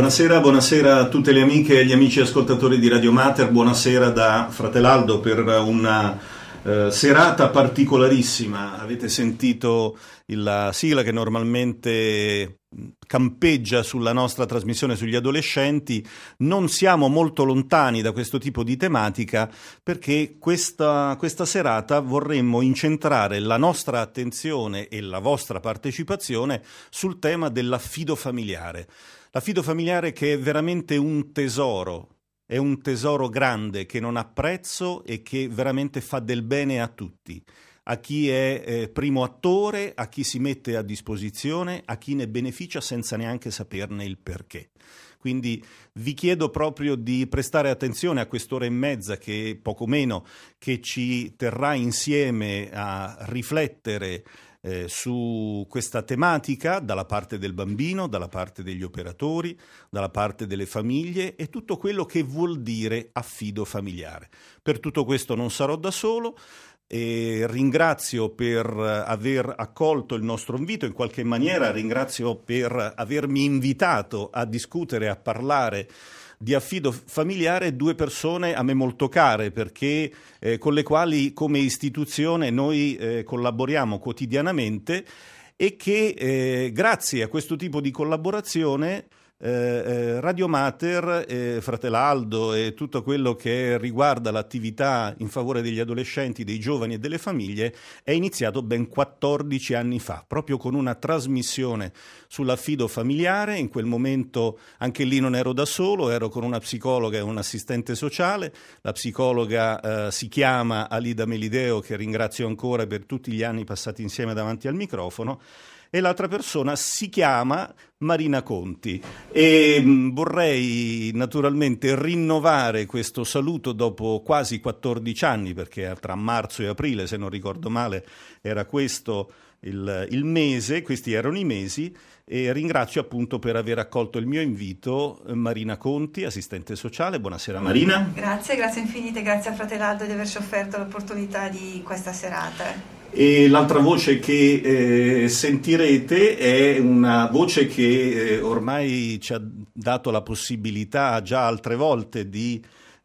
Buonasera a tutte le amiche e gli amici ascoltatori di Radio Mater, buonasera da Fratelaldo per una serata particolarissima. Avete sentito la sigla che normalmente campeggia sulla nostra trasmissione sugli adolescenti. Non siamo molto lontani da questo tipo di tematica, perché questa serata vorremmo incentrare la nostra attenzione e la vostra partecipazione sul tema dell'affido familiare. L'affido familiare, che è veramente un tesoro. È un tesoro grande che non ha prezzo e che veramente fa del bene a tutti, a chi è primo attore, a chi si mette a disposizione, a chi ne beneficia senza neanche saperne il perché. Quindi vi chiedo proprio di prestare attenzione a quest'ora e mezza, che poco meno, che ci terrà insieme a riflettere su questa tematica dalla parte del bambino, dalla parte degli operatori, dalla parte delle famiglie e tutto quello che vuol dire affido familiare. Per tutto questo non sarò da solo e ringrazio per aver accolto il nostro invito, in qualche maniera ringrazio per avermi invitato a discutere, a parlare di affido familiare, due persone a me molto care, perché con le quali come istituzione noi collaboriamo quotidianamente e che grazie a questo tipo di collaborazione Radio Mater, Fratelaldo e tutto quello che riguarda l'attività in favore degli adolescenti, dei giovani e delle famiglie è iniziato ben 14 anni fa, proprio con una trasmissione sull'affido familiare. In quel momento anche lì non ero da solo, ero con una psicologa e un assistente sociale. La psicologa si chiama Alida Melideo, che ringrazio ancora per tutti gli anni passati insieme davanti al microfono, e l'altra persona si chiama Marina Conti. E vorrei naturalmente rinnovare questo saluto dopo quasi 14 anni, perché tra marzo e aprile, se non ricordo male, era questo il mese, questi erano i mesi, e ringrazio appunto per aver accolto il mio invito Marina Conti, assistente sociale. Buonasera Marina. Grazie infinite, grazie a Fratelaldo di averci offerto l'opportunità di questa serata. E l'altra voce che sentirete è una voce che ormai ci ha dato la possibilità già altre volte di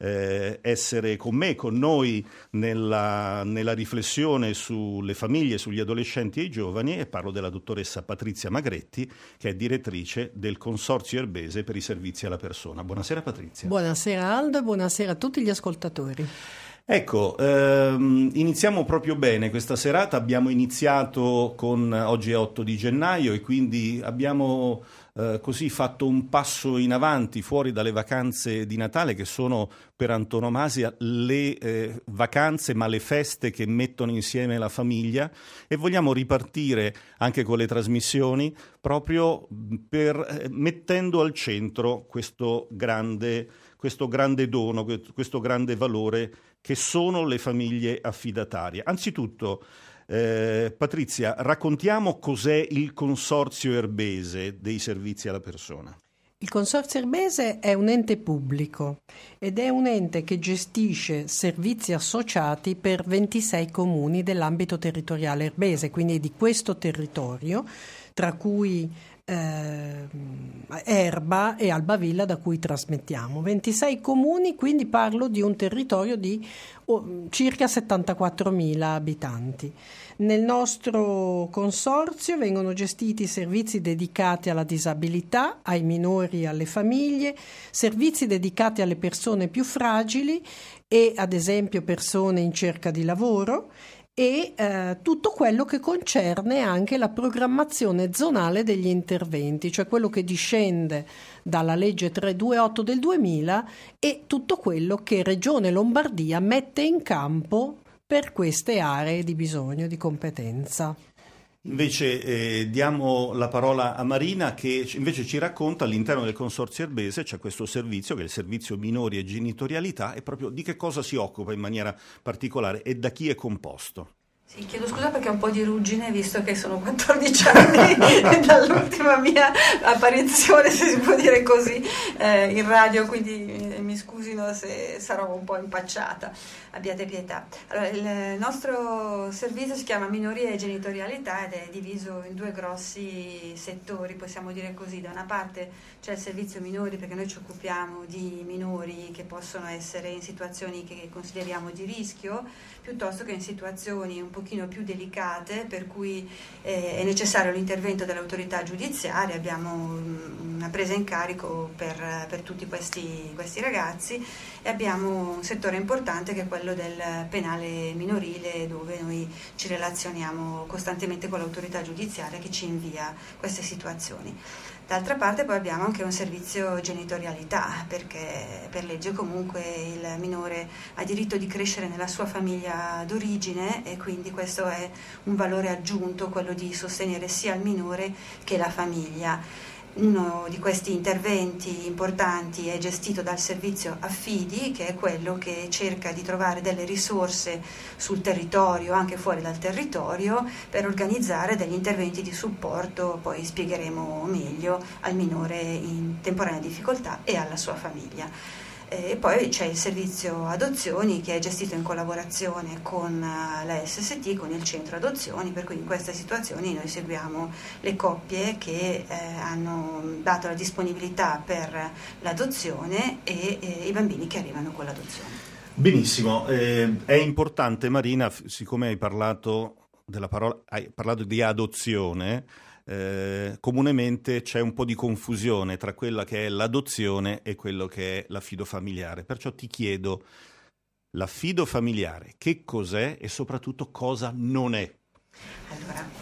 essere con me, con noi nella riflessione sulle famiglie, sugli adolescenti e i giovani, e parlo della dottoressa Patrizia Magretti, che è direttrice del Consorzio Erbese per i servizi alla persona. Buonasera Patrizia. Buonasera Aldo e buonasera a tutti gli ascoltatori. Ecco, iniziamo proprio bene questa serata. Abbiamo iniziato oggi è 8 di gennaio e quindi abbiamo così fatto un passo in avanti fuori dalle vacanze di Natale, che sono per antonomasia le vacanze, ma le feste che mettono insieme la famiglia, e vogliamo ripartire anche con le trasmissioni proprio mettendo al centro questo grande dono, questo grande valore che sono le famiglie affidatarie. Anzitutto, Patrizia, raccontiamo cos'è il Consorzio Erbese dei servizi alla persona. Il Consorzio Erbese è un ente pubblico ed è un ente che gestisce servizi associati per 26 comuni dell'ambito territoriale erbese, quindi di questo territorio, tra cui Erba e Albavilla, da cui trasmettiamo. 26 comuni, quindi parlo di un territorio di circa 74.000 abitanti. Nel nostro consorzio vengono gestiti servizi dedicati alla disabilità, ai minori e alle famiglie, servizi dedicati alle persone più fragili e ad esempio persone in cerca di lavoro, e tutto quello che concerne anche la programmazione zonale degli interventi, cioè quello che discende dalla legge 328 del 2000 e tutto quello che Regione Lombardia mette in campo per queste aree di bisogno, di competenza. Invece diamo la parola a Marina, che invece ci racconta all'interno del Consorzio Erbese c'è questo servizio che è il servizio minori e genitorialità, e proprio di che cosa si occupa in maniera particolare e da chi è composto. Sì, chiedo scusa perché ho un po' di ruggine, visto che sono 14 anni dall'ultima mia apparizione, se si può dire così, in radio, quindi mi scusino se sarò un po' impacciata, abbiate pietà. Allora, il nostro servizio si chiama Minori e Genitorialità ed è diviso in due grossi settori, possiamo dire così. Da una parte c'è il servizio minori, perché noi ci occupiamo di minori che possono essere in situazioni che consideriamo di rischio, piuttosto che in situazioni un pochino più delicate, per cui è necessario l'intervento dell'autorità giudiziaria. Abbiamo una presa in carico per tutti questi ragazzi, e abbiamo un settore importante che è quello del penale minorile, dove noi ci relazioniamo costantemente con l'autorità giudiziaria che ci invia queste situazioni. D'altra parte poi abbiamo anche un servizio genitorialità, perché per legge comunque il minore ha diritto di crescere nella sua famiglia d'origine, e quindi questo è un valore aggiunto, quello di sostenere sia il minore che la famiglia. Uno di questi interventi importanti è gestito dal servizio Affidi, che è quello che cerca di trovare delle risorse sul territorio, anche fuori dal territorio, per organizzare degli interventi di supporto, poi spiegheremo meglio, al minore in temporanea difficoltà e alla sua famiglia. E poi c'è il servizio adozioni, che è gestito in collaborazione con la SST, con il centro adozioni, per cui in queste situazioni noi seguiamo le coppie che hanno dato la disponibilità per l'adozione e i bambini che arrivano con l'adozione. Benissimo, è importante, Marina, siccome hai parlato di adozione, comunemente c'è un po' di confusione tra quella che è l'adozione e quello che è l'affido familiare. Perciò ti chiedo, l'affido familiare, che cos'è e soprattutto cosa non è? Allora,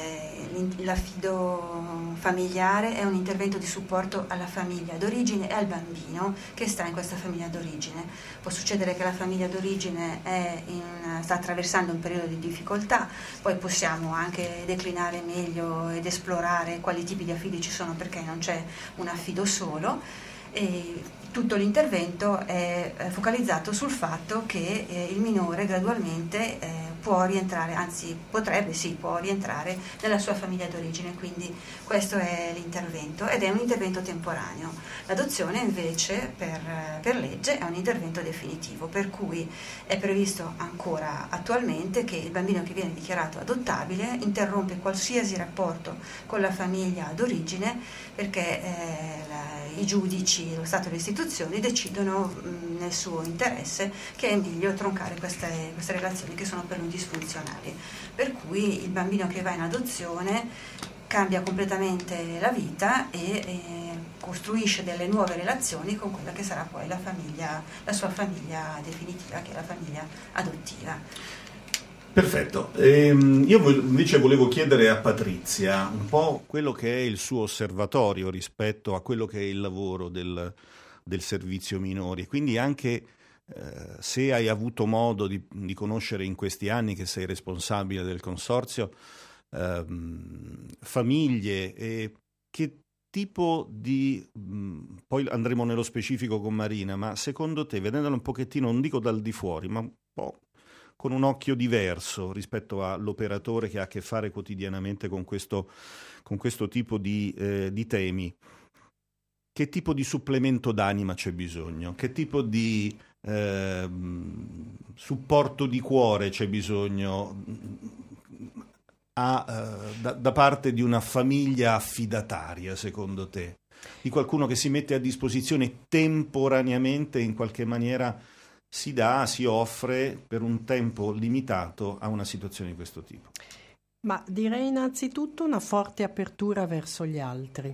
l'affido familiare è un intervento di supporto alla famiglia d'origine e al bambino che sta in questa famiglia d'origine. Può succedere che la famiglia d'origine sta attraversando un periodo di difficoltà, poi possiamo anche declinare meglio ed esplorare quali tipi di affidi ci sono, perché non c'è un affido solo. E tutto l'intervento è focalizzato sul fatto che il minore gradualmente può rientrare, anzi può rientrare nella sua famiglia d'origine, quindi questo è l'intervento, ed è un intervento temporaneo. L'adozione invece per legge è un intervento definitivo, per cui è previsto ancora attualmente che il bambino che viene dichiarato adottabile interrompe qualsiasi rapporto con la famiglia d'origine, perché i giudici, lo Stato e le istituzioni decidono nel suo interesse che è meglio troncare queste relazioni che sono per lui disfunzionali. Per cui il bambino che va in adozione cambia completamente la vita e costruisce delle nuove relazioni con quella che sarà poi la sua famiglia definitiva, che è la famiglia adottiva. Perfetto, io invece volevo chiedere a Patrizia un po' quello che è il suo osservatorio rispetto a quello che è il lavoro del servizio minori, quindi anche se hai avuto modo di conoscere in questi anni che sei responsabile del consorzio famiglie, e che tipo di, poi andremo nello specifico con Marina, ma secondo te, vedendolo un pochettino, non dico dal di fuori, ma un po' con un occhio diverso rispetto all'operatore che ha a che fare quotidianamente con questo tipo di temi, che tipo di supplemento d'anima c'è bisogno? Che tipo di supporto di cuore c'è bisogno da parte di una famiglia affidataria, secondo te? Di qualcuno che si mette a disposizione temporaneamente, in qualche maniera si offre per un tempo limitato a una situazione di questo tipo? Ma direi innanzitutto una forte apertura verso gli altri,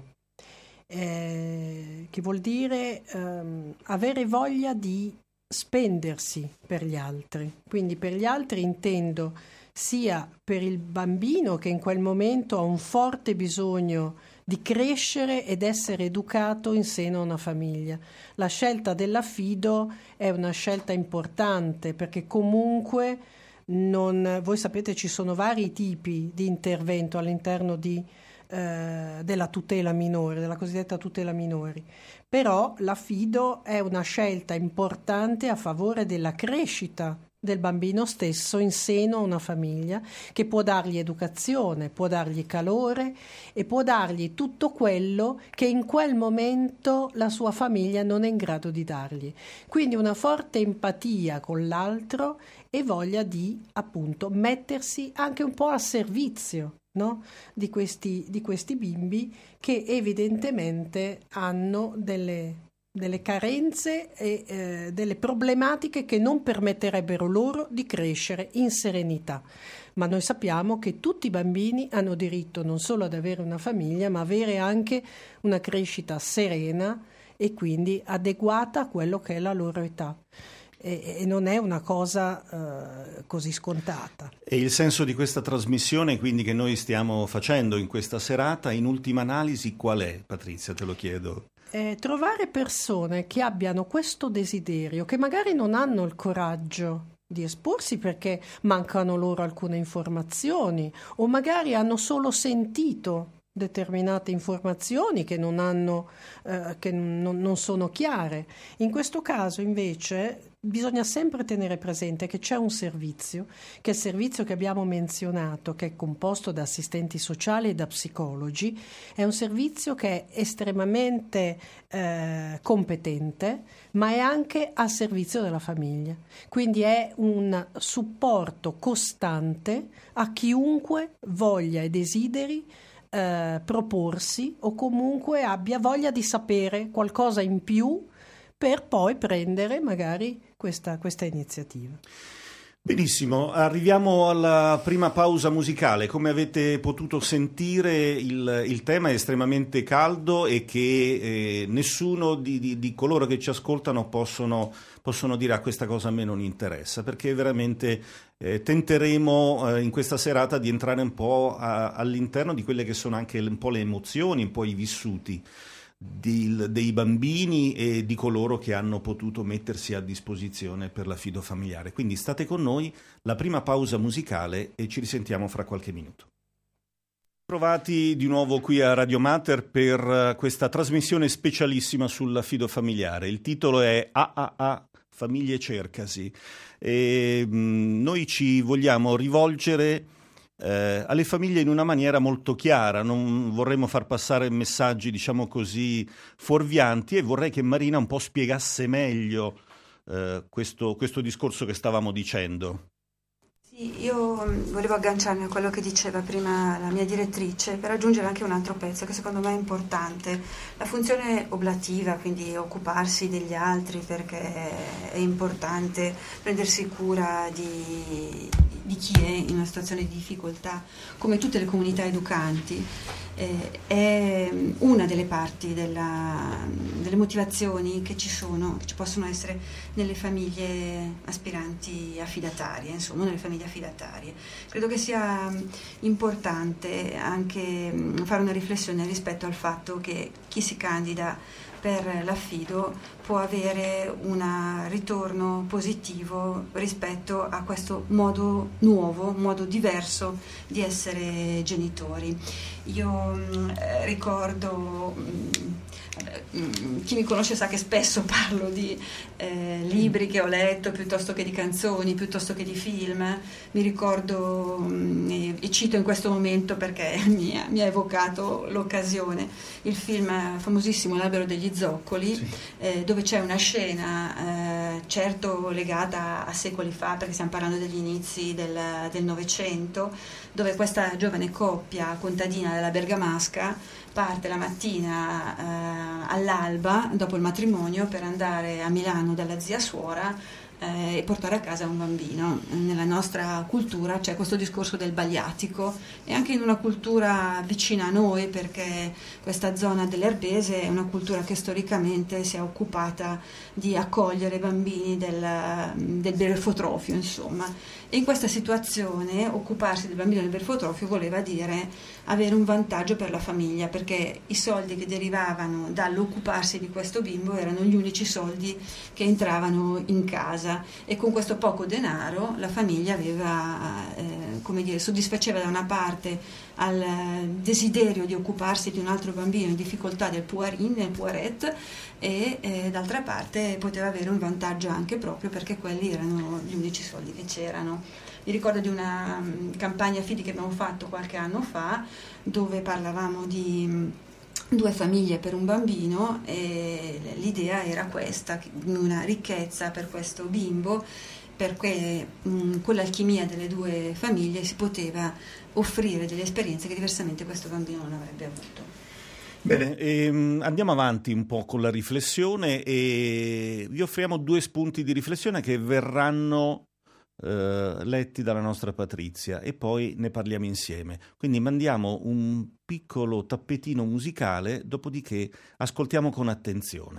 che vuol dire avere voglia di spendersi per gli altri. Quindi per gli altri intendo sia per il bambino, che in quel momento ha un forte bisogno di crescere ed essere educato in seno a una famiglia. La scelta dell'affido è una scelta importante, perché comunque voi sapete, ci sono vari tipi di intervento all'interno della tutela minore, della cosiddetta tutela minori, però l'affido è una scelta importante a favore della crescita del bambino stesso in seno a una famiglia, che può dargli educazione, può dargli calore e può dargli tutto quello che in quel momento la sua famiglia non è in grado di dargli. Quindi una forte empatia con l'altro e voglia di, appunto, mettersi anche un po' a servizio, no? di questi bimbi che evidentemente hanno delle carenze e delle problematiche che non permetterebbero loro di crescere in serenità. Ma noi sappiamo che tutti i bambini hanno diritto non solo ad avere una famiglia, ma avere anche una crescita serena e quindi adeguata a quello che è la loro età. E non è una cosa così scontata. E il senso di questa trasmissione, quindi, che noi stiamo facendo in questa serata, in ultima analisi, qual è, Patrizia? Te lo chiedo. Trovare persone che abbiano questo desiderio, che magari non hanno il coraggio di esporsi perché mancano loro alcune informazioni o magari hanno solo sentito determinate informazioni che non hanno, che non sono chiare. In questo caso invece bisogna sempre tenere presente che c'è un servizio, che è il servizio che abbiamo menzionato, che è composto da assistenti sociali e da psicologi. È un servizio che è estremamente competente, ma è anche al servizio della famiglia. Quindi è un supporto costante a chiunque voglia e desideri proporsi o comunque abbia voglia di sapere qualcosa in più per poi prendere magari questa iniziativa. Benissimo, arriviamo alla prima pausa musicale. Come avete potuto sentire, il tema è estremamente caldo e che nessuno di coloro che ci ascoltano possono dire questa cosa a me non interessa, perché veramente tenteremo in questa serata di entrare un po' all'interno di quelle che sono anche un po' le emozioni, un po' i vissuti dei bambini e di coloro che hanno potuto mettersi a disposizione per l'affido familiare. Quindi state con noi, la prima pausa musicale, e ci risentiamo fra qualche minuto. Trovati di nuovo qui a Radio Mater per questa trasmissione specialissima sull'affido familiare. Il titolo è AAA Famiglie Cercasi e noi ci vogliamo rivolgere alle famiglie in una maniera molto chiara. Non vorremmo far passare messaggi, diciamo così, fuorvianti, e vorrei che Marina un po' spiegasse meglio questo discorso che stavamo dicendo. Sì, io volevo agganciarmi a quello che diceva prima la mia direttrice per aggiungere anche un altro pezzo che secondo me è importante. La funzione oblativa, quindi occuparsi degli altri, perché è importante prendersi cura di chi è in una situazione di difficoltà, come tutte le comunità educanti, è una delle parti delle motivazioni che ci possono essere nelle famiglie aspiranti affidatarie, insomma, nelle famiglie affidatarie. Credo che sia importante anche fare una riflessione rispetto al fatto che chi si candida per l'affido può avere un ritorno positivo rispetto a questo modo nuovo, modo diverso di essere genitori. Io ricordo, chi mi conosce sa che spesso parlo di libri che ho letto piuttosto che di canzoni, piuttosto che di film. Mi ricordo e cito in questo momento perché mi ha evocato l'occasione, il film famosissimo L'albero degli zoccoli, sì, dove c'è una scena certo legata a secoli fa, perché stiamo parlando degli inizi del Novecento, dove questa giovane coppia contadina della Bergamasca parte la mattina all'alba dopo il matrimonio per andare a Milano dalla zia suora e portare a casa un bambino. Nella nostra cultura c'è questo discorso del bagliatico, e anche in una cultura vicina a noi, perché questa zona dell'Erbese è una cultura che storicamente si è occupata di accogliere bambini del berfotrofio, insomma. E in questa situazione occuparsi del bambino del berfotrofio voleva dire avere un vantaggio per la famiglia, perché i soldi che derivavano dall'occuparsi di questo bimbo erano gli unici soldi che entravano in casa. casa, e con questo poco denaro la famiglia aveva, soddisfaceva da una parte al desiderio di occuparsi di un altro bambino in difficoltà, del puaret, e d'altra parte poteva avere un vantaggio anche proprio perché quelli erano gli unici soldi che c'erano. Mi ricordo di una campagna fidi che abbiamo fatto qualche anno fa, dove parlavamo di 2 famiglie per un bambino, e l'idea era questa, una ricchezza per questo bimbo, perché con l'alchimia delle 2 famiglie si poteva offrire delle esperienze che diversamente questo bambino non avrebbe avuto. Bene, andiamo avanti un po' con la riflessione e vi offriamo 2 spunti di riflessione che verranno letti dalla nostra Patrizia e poi ne parliamo insieme. Quindi mandiamo un piccolo tappetino musicale, dopodiché ascoltiamo con attenzione.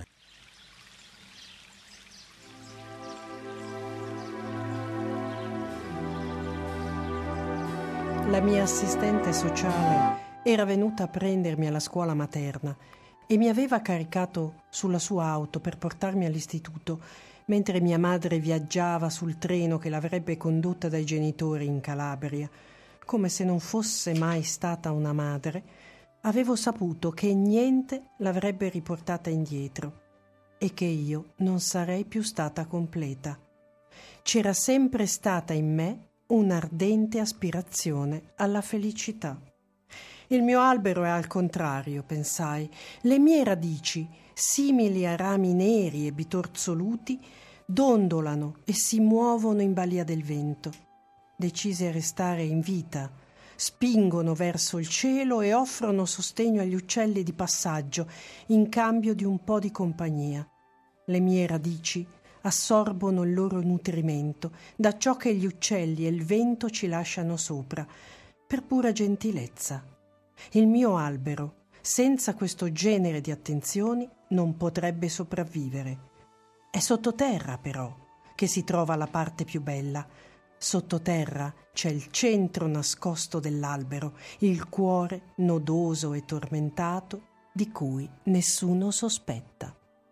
La mia assistente sociale era venuta a prendermi alla scuola materna e mi aveva caricato sulla sua auto per portarmi all'istituto, mentre mia madre viaggiava sul treno che l'avrebbe condotta dai genitori in Calabria. Come se non fosse mai stata una madre, avevo saputo che niente l'avrebbe riportata indietro e che io non sarei più stata completa. C'era sempre stata in me un'ardente aspirazione alla felicità. Il mio albero è al contrario, pensai. Le mie radici, simili a rami neri e bitorzoluti, dondolano e si muovono in balia del vento. Decise a restare in vita, spingono verso il cielo e offrono sostegno agli uccelli di passaggio in cambio di un po' di compagnia. Le mie radici assorbono il loro nutrimento da ciò che gli uccelli e il vento ci lasciano sopra, per pura gentilezza. Il mio albero, senza questo genere di attenzioni, non potrebbe sopravvivere. È sottoterra, però, che si trova la parte più bella. Sottoterra c'è il centro nascosto dell'albero, il cuore nodoso e tormentato di cui nessuno sospetta.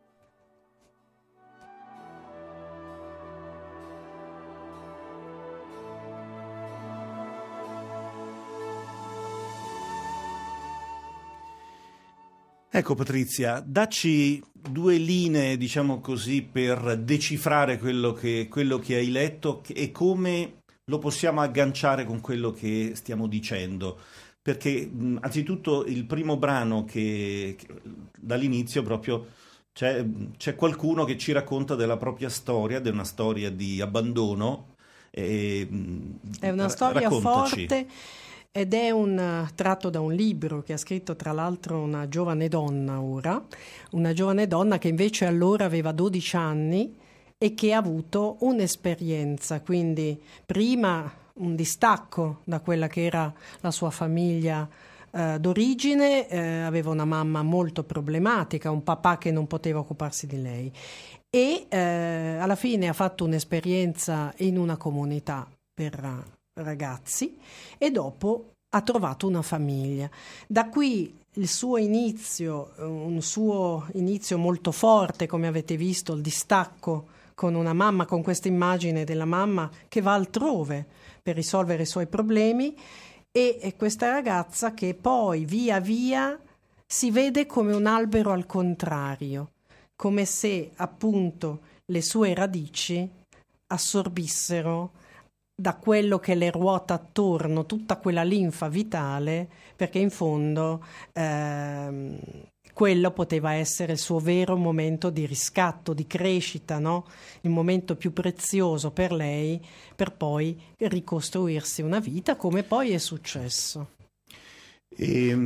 Ecco Patrizia, dacci 2 linee, diciamo così, per decifrare quello che hai letto e come lo possiamo agganciare con quello che stiamo dicendo. Perché anzitutto il primo brano che dall'inizio proprio c'è qualcuno che ci racconta della propria storia, di una storia di abbandono. È una storia forte. Ed è tratto da un libro che ha scritto tra l'altro una giovane donna una giovane donna che invece allora aveva 12 anni e che ha avuto un'esperienza, quindi prima un distacco da quella che era la sua famiglia d'origine, aveva una mamma molto problematica, un papà che non poteva occuparsi di lei e alla fine ha fatto un'esperienza in una comunità per ragazzi e dopo ha trovato una famiglia. Da qui il suo inizio, un suo inizio molto forte, come avete visto, il distacco con una mamma, con questa immagine della mamma che va altrove per risolvere i suoi problemi e questa ragazza che poi via via si vede come un albero al contrario, come se appunto le sue radici assorbissero da quello che le ruota attorno tutta quella linfa vitale, perché in fondo quello poteva essere il suo vero momento di riscatto, di crescita, no? Il momento più prezioso per lei, per poi ricostruirsi una vita, come poi è successo. E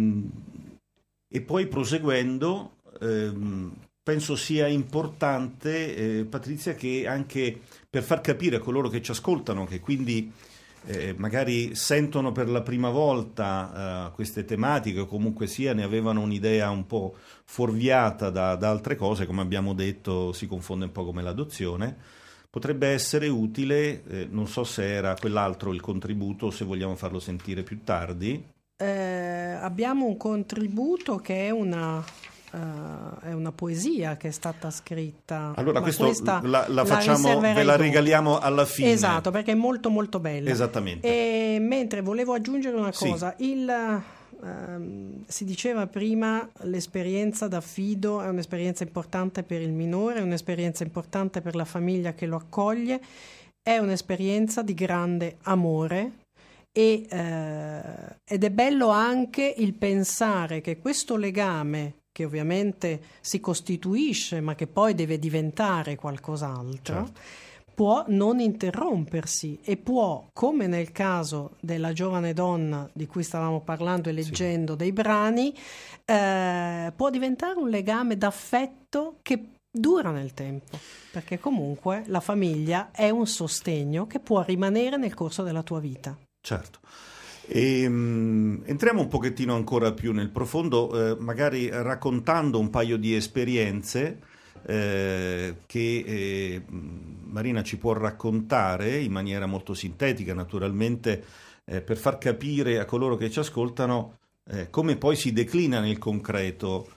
poi proseguendo, penso sia importante, Patrizia, che anche per far capire a coloro che ci ascoltano, che quindi magari sentono per la prima volta queste tematiche o comunque sia ne avevano un'idea un po' fuorviata da altre cose, come abbiamo detto si confonde un po' come l'adozione, potrebbe essere utile, non so se era quell'altro il contributo o se vogliamo farlo sentire più tardi. Abbiamo un contributo che è una è una poesia che è stata scritta. Allora questa la facciamo, ve la regaliamo alla fine. Esatto, perché è molto molto bella. Esattamente. E mentre volevo aggiungere una cosa, si diceva prima, l'esperienza d'affido è un'esperienza importante per il minore, è un'esperienza importante per la famiglia che lo accoglie, è un'esperienza di grande amore ed è bello anche il pensare che questo legame, che ovviamente si costituisce ma che poi deve diventare qualcos'altro, certo, può non interrompersi e può, come nel caso della giovane donna di cui stavamo parlando e leggendo dei brani, può diventare un legame d'affetto che dura nel tempo, perché comunque la famiglia è un sostegno che può rimanere nel corso della tua vita. Certo. Entriamo un pochettino ancora più nel profondo, magari raccontando un paio di esperienze che Marina ci può raccontare in maniera molto sintetica, naturalmente, per far capire a coloro che ci ascoltano come poi si declina nel concreto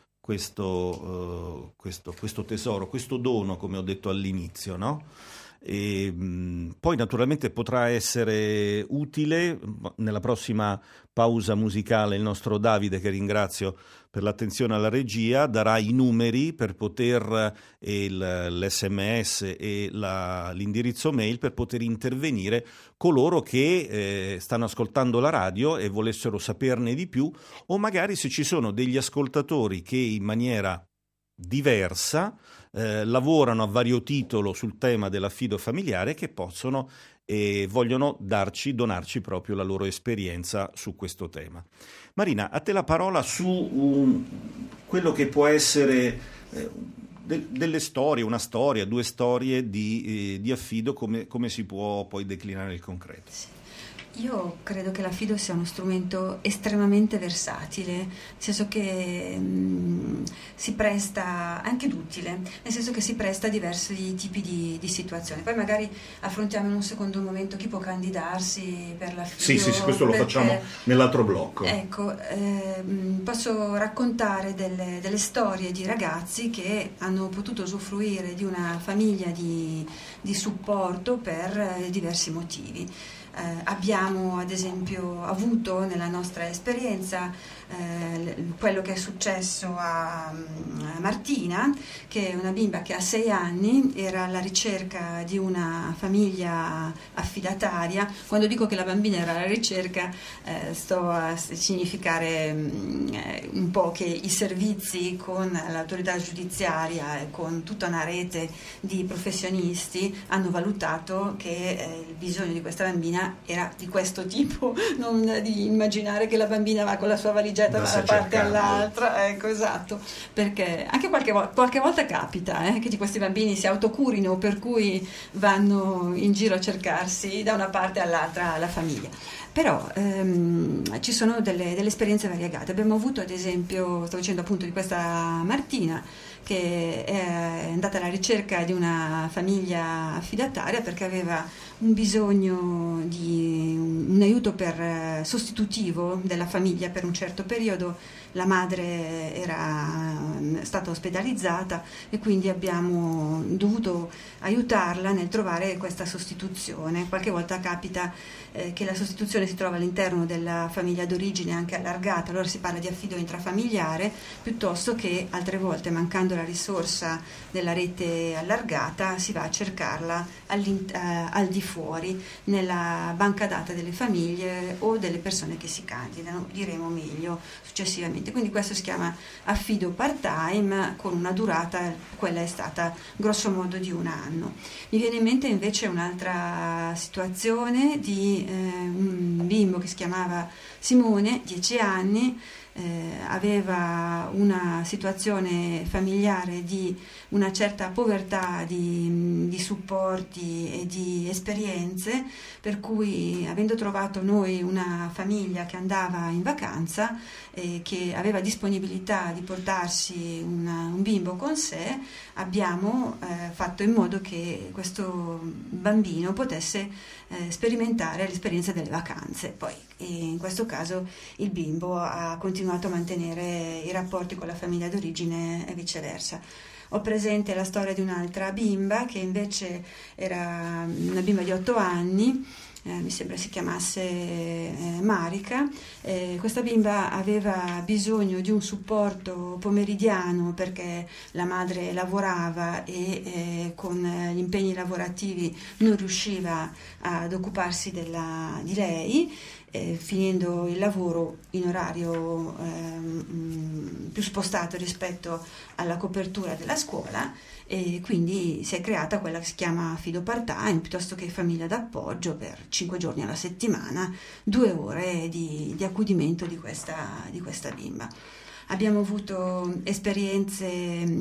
questo tesoro, questo dono, come ho detto all'inizio, no? E poi naturalmente potrà essere utile nella prossima pausa musicale. Il nostro Davide, che ringrazio per l'attenzione alla regia, darà i numeri per poter l'SMS e l'indirizzo mail per poter intervenire coloro che stanno ascoltando la radio e volessero saperne di più, o magari se ci sono degli ascoltatori che in maniera diversa lavorano a vario titolo sul tema dell'affido familiare, che possono e vogliono donarci proprio la loro esperienza su questo tema. Marina, a te la parola su quello che può essere delle storie, una storia, due storie di affido, come si può poi declinare nel concreto. Sì. Io credo che l'affido sia uno strumento estremamente versatile, nel senso che si presta, anche d'utile, nel senso che si presta a diversi tipi di situazioni. Poi magari affrontiamo in un secondo momento chi può candidarsi per l'affido. Sì, questo lo facciamo nell'altro blocco. Ecco, posso raccontare delle storie di ragazzi che hanno potuto usufruire di una famiglia di supporto per diversi motivi. Abbiamo ad esempio avuto nella nostra esperienza quello che è successo a Martina, che è una bimba che ha 6 anni, era alla ricerca di una famiglia affidataria. Quando dico che la bambina era alla ricerca sto a significare un po' che i servizi con l'autorità giudiziaria e con tutta una rete di professionisti hanno valutato che il bisogno di questa bambina era di questo tipo, non di immaginare che la bambina va con la sua valigetta da una parte all'altra, ecco, esatto, perché anche qualche volta capita che di questi bambini si autocurino, per cui vanno in giro a cercarsi da una parte all'altra la famiglia. Però ci sono delle esperienze variegate. Abbiamo avuto ad esempio, sto dicendo appunto di questa Martina, che è andata alla ricerca di una famiglia affidataria perché aveva un bisogno di un aiuto per sostitutivo della famiglia per un certo periodo. La madre era stata ospedalizzata e quindi abbiamo dovuto aiutarla nel trovare questa sostituzione. Qualche volta capita che la sostituzione si trova all'interno della famiglia d'origine anche allargata, allora si parla di affido intrafamiliare, piuttosto che altre volte, mancando la risorsa della rete allargata, si va a cercarla al di fuori, nella banca data delle famiglie o delle persone che si candidano, diremo meglio successivamente. Quindi questo si chiama affido part-time con una durata, quella è stata grosso modo di 1 anno. Mi viene in mente invece un'altra situazione di un bimbo che si chiamava Simone, 10 anni, aveva una situazione familiare di una certa povertà di supporti e di esperienze, per cui, avendo trovato noi una famiglia che andava in vacanza e che aveva disponibilità di portarsi un bimbo con sé, abbiamo fatto in modo che questo bambino potesse sperimentare l'esperienza delle vacanze. Poi in questo caso il bimbo ha continuato continuato a mantenere i rapporti con la famiglia d'origine e viceversa. Ho presente la storia di un'altra bimba che invece era una bimba di 8 anni, mi sembra si chiamasse Marica. Questa bimba aveva bisogno di un supporto pomeridiano perché la madre lavorava e con gli impegni lavorativi non riusciva ad occuparsi di lei. Finendo il lavoro in orario più spostato rispetto alla copertura della scuola, e quindi si è creata quella che si chiama affido part-time piuttosto che famiglia d'appoggio per 5 giorni alla settimana, 2 ore di accudimento di questa bimba. Abbiamo avuto esperienze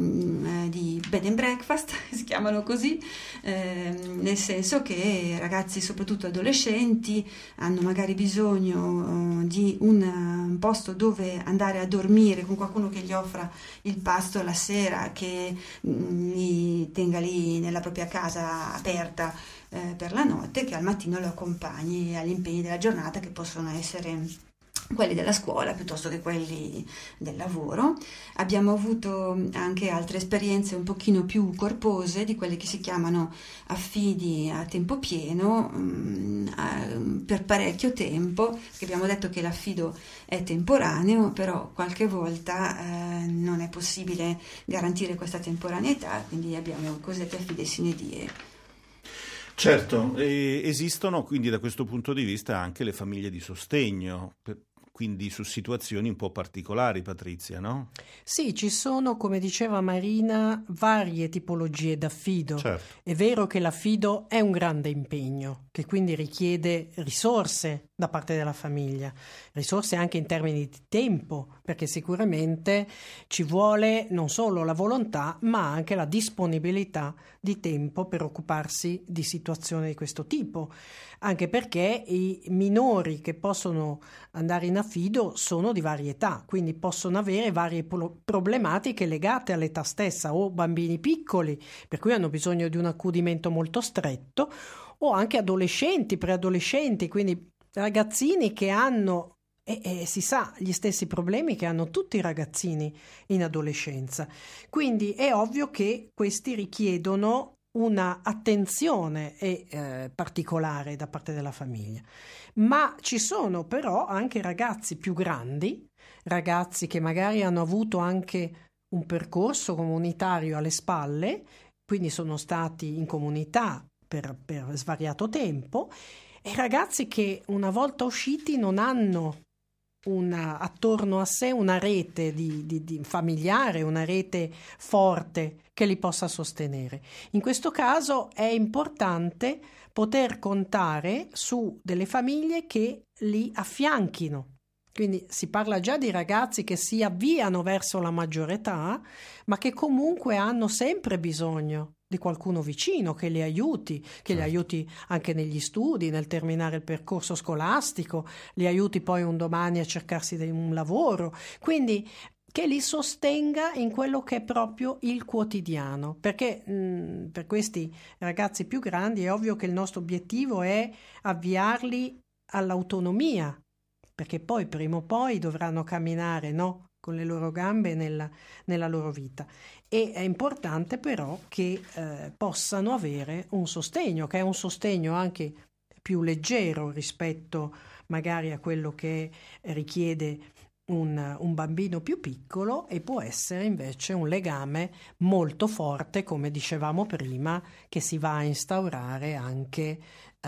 di bed and breakfast, si chiamano così, nel senso che ragazzi, soprattutto adolescenti, hanno magari bisogno di un posto dove andare a dormire, con qualcuno che gli offra il pasto la sera, che li tenga lì nella propria casa aperta per la notte, che al mattino lo accompagni agli impegni della giornata, che possono essere quelli della scuola piuttosto che quelli del lavoro. Abbiamo avuto anche altre esperienze un pochino più corpose, di quelle che si chiamano affidi a tempo pieno, per parecchio tempo, perché abbiamo detto che l'affido è temporaneo, però qualche volta non è possibile garantire questa temporaneità, quindi abbiamo i cosiddetti affidi sine die. Certo, esistono quindi da questo punto di vista anche le famiglie di sostegno, quindi su situazioni un po' particolari, Patrizia, no? Sì, ci sono, come diceva Marina, varie tipologie d'affido. Certo. È vero che l'affido è un grande impegno, che quindi richiede risorse da parte della famiglia, risorse anche in termini di tempo, perché sicuramente ci vuole non solo la volontà, ma anche la disponibilità di tempo per occuparsi di situazioni di questo tipo, anche perché i minori che possono andare in affido sono di varietà, quindi possono avere varie problematiche legate all'età stessa, o bambini piccoli per cui hanno bisogno di un accudimento molto stretto, o anche adolescenti, preadolescenti, quindi ragazzini che hanno, e si sa, gli stessi problemi che hanno tutti i ragazzini in adolescenza. Quindi è ovvio che questi richiedono una attenzione particolare da parte della famiglia. Ma ci sono però anche ragazzi più grandi, ragazzi che magari hanno avuto anche un percorso comunitario alle spalle, quindi sono stati in comunità per svariato tempo, e ragazzi che una volta usciti non hanno attorno a sé una rete di familiare, una rete forte che li possa sostenere. In questo caso è importante poter contare su delle famiglie che li affianchino. Quindi si parla già di ragazzi che si avviano verso la maggiore età, ma che comunque hanno sempre bisogno di qualcuno vicino che li aiuti, che li aiuti anche negli studi, nel terminare il percorso scolastico, li aiuti poi un domani a cercarsi un lavoro, quindi che li sostenga in quello che è proprio il quotidiano, perché per questi ragazzi più grandi è ovvio che il nostro obiettivo è avviarli all'autonomia, perché poi prima o poi dovranno camminare, no? Con le loro gambe nella loro vita, e è importante però che possano avere un sostegno, che è un sostegno anche più leggero rispetto magari a quello che richiede un bambino più piccolo, e può essere invece un legame molto forte, come dicevamo prima, che si va a instaurare anche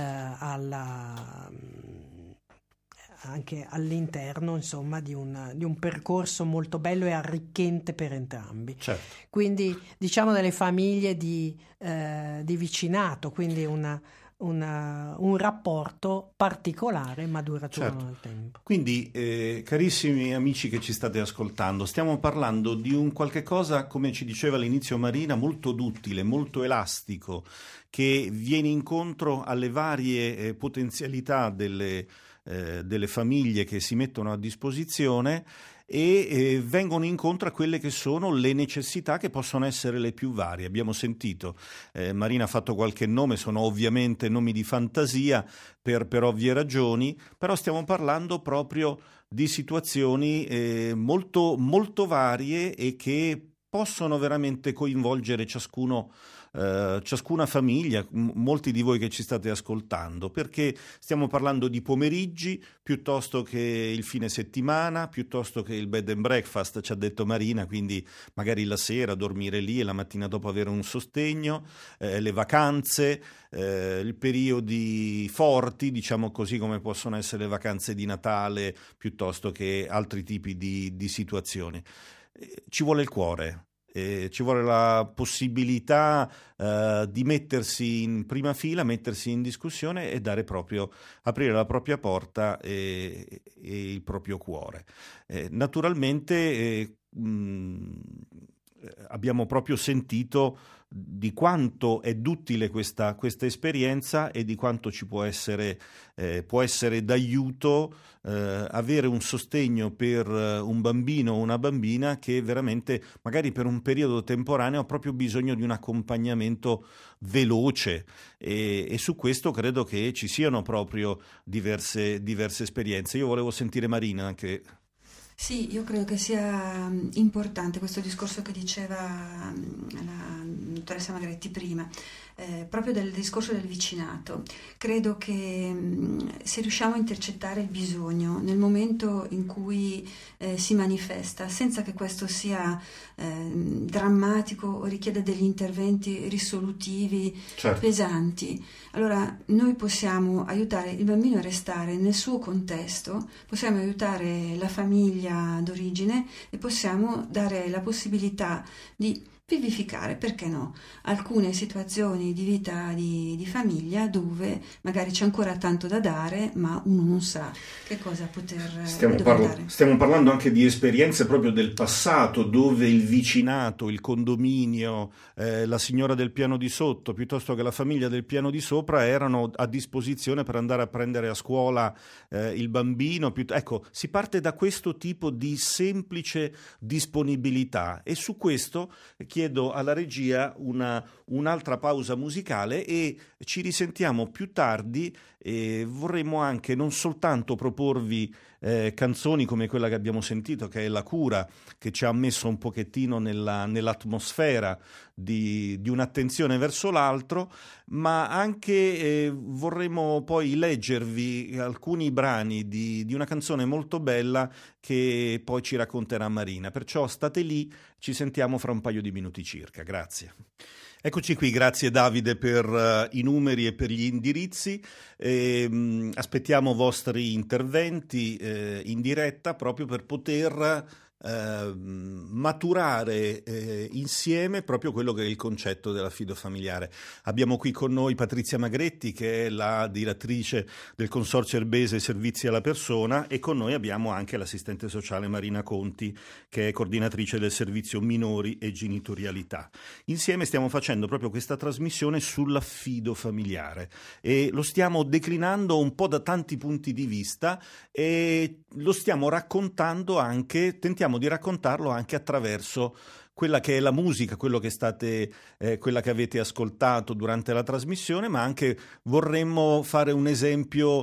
anche all'interno, insomma, di un percorso molto bello e arricchente per entrambi. Certo. Quindi diciamo delle famiglie di vicinato, quindi un rapporto particolare ma duraturo nel tempo. Quindi carissimi amici che ci state ascoltando, stiamo parlando di un qualche cosa, come ci diceva all'inizio Marina, molto duttile, molto elastico, che viene incontro alle varie potenzialità delle famiglie che si mettono a disposizione, e vengono incontro a quelle che sono le necessità che possono essere le più varie. Abbiamo sentito, Marina ha fatto qualche nome, sono ovviamente nomi di fantasia per ovvie ragioni, però stiamo parlando proprio di situazioni molto, molto varie e che possono veramente coinvolgere ciascuna famiglia, molti di voi che ci state ascoltando, perché stiamo parlando di pomeriggi piuttosto che il fine settimana, piuttosto che il bed and breakfast, ci ha detto Marina, quindi magari la sera dormire lì e la mattina dopo avere un sostegno, le vacanze, i periodi forti, diciamo così, come possono essere le vacanze di Natale, piuttosto che altri tipi di situazioni. Ci vuole il cuore. Ci vuole la possibilità di mettersi in prima fila, mettersi in discussione e aprire la propria porta e il proprio cuore. Naturalmente abbiamo proprio sentito di quanto è duttile questa esperienza e di quanto ci può essere d'aiuto avere un sostegno per un bambino o una bambina che veramente magari per un periodo temporaneo ha proprio bisogno di un accompagnamento veloce e su questo credo che ci siano proprio diverse esperienze. Io volevo sentire Marina anche. Sì, io credo che sia importante questo discorso che diceva la dottoressa Magretti prima, proprio del discorso del vicinato. Credo che se riusciamo a intercettare il bisogno nel momento in cui si manifesta, senza che questo sia drammatico o richieda degli interventi risolutivi, certo, pesanti, allora noi possiamo aiutare il bambino a restare nel suo contesto, possiamo aiutare la famiglia d'origine e possiamo dare la possibilità di vivificare, perché no, alcune situazioni di vita di famiglia dove magari c'è ancora tanto da dare, ma uno non sa che cosa poter dare. Stiamo parlando anche di esperienze proprio del passato, dove il vicinato, il condominio, la signora del piano di sotto, piuttosto che la famiglia del piano di sopra, erano a disposizione per andare a prendere a scuola il bambino. Ecco, si parte da questo tipo di semplice disponibilità e su questo chiedo alla regia un'altra pausa musicale e ci risentiamo più tardi e vorremmo anche non soltanto proporvi canzoni come quella che abbiamo sentito, che è La Cura, che ci ha messo un pochettino nell'atmosfera di un'attenzione verso l'altro, ma anche vorremmo poi leggervi alcuni brani di una canzone molto bella che poi ci racconterà Marina. Perciò state lì, ci sentiamo fra un paio di minuti circa. Grazie. Eccoci qui, grazie Davide per i numeri e per gli indirizzi. Aspettiamo vostri interventi in diretta proprio per poter maturare insieme proprio quello che è il concetto dell'affido familiare. Abbiamo qui con noi Patrizia Magretti, che è la direttrice del Consorzio Erbese Servizi alla Persona, e con noi abbiamo anche l'assistente sociale Marina Conti, che è coordinatrice del servizio minori e genitorialità. Insieme stiamo facendo proprio questa trasmissione sull'affido familiare e lo stiamo declinando un po' da tanti punti di vista e lo stiamo raccontando anche, tentiamo di raccontarlo anche attraverso quella che è la musica, quella che avete ascoltato durante la trasmissione, ma anche vorremmo fare un esempio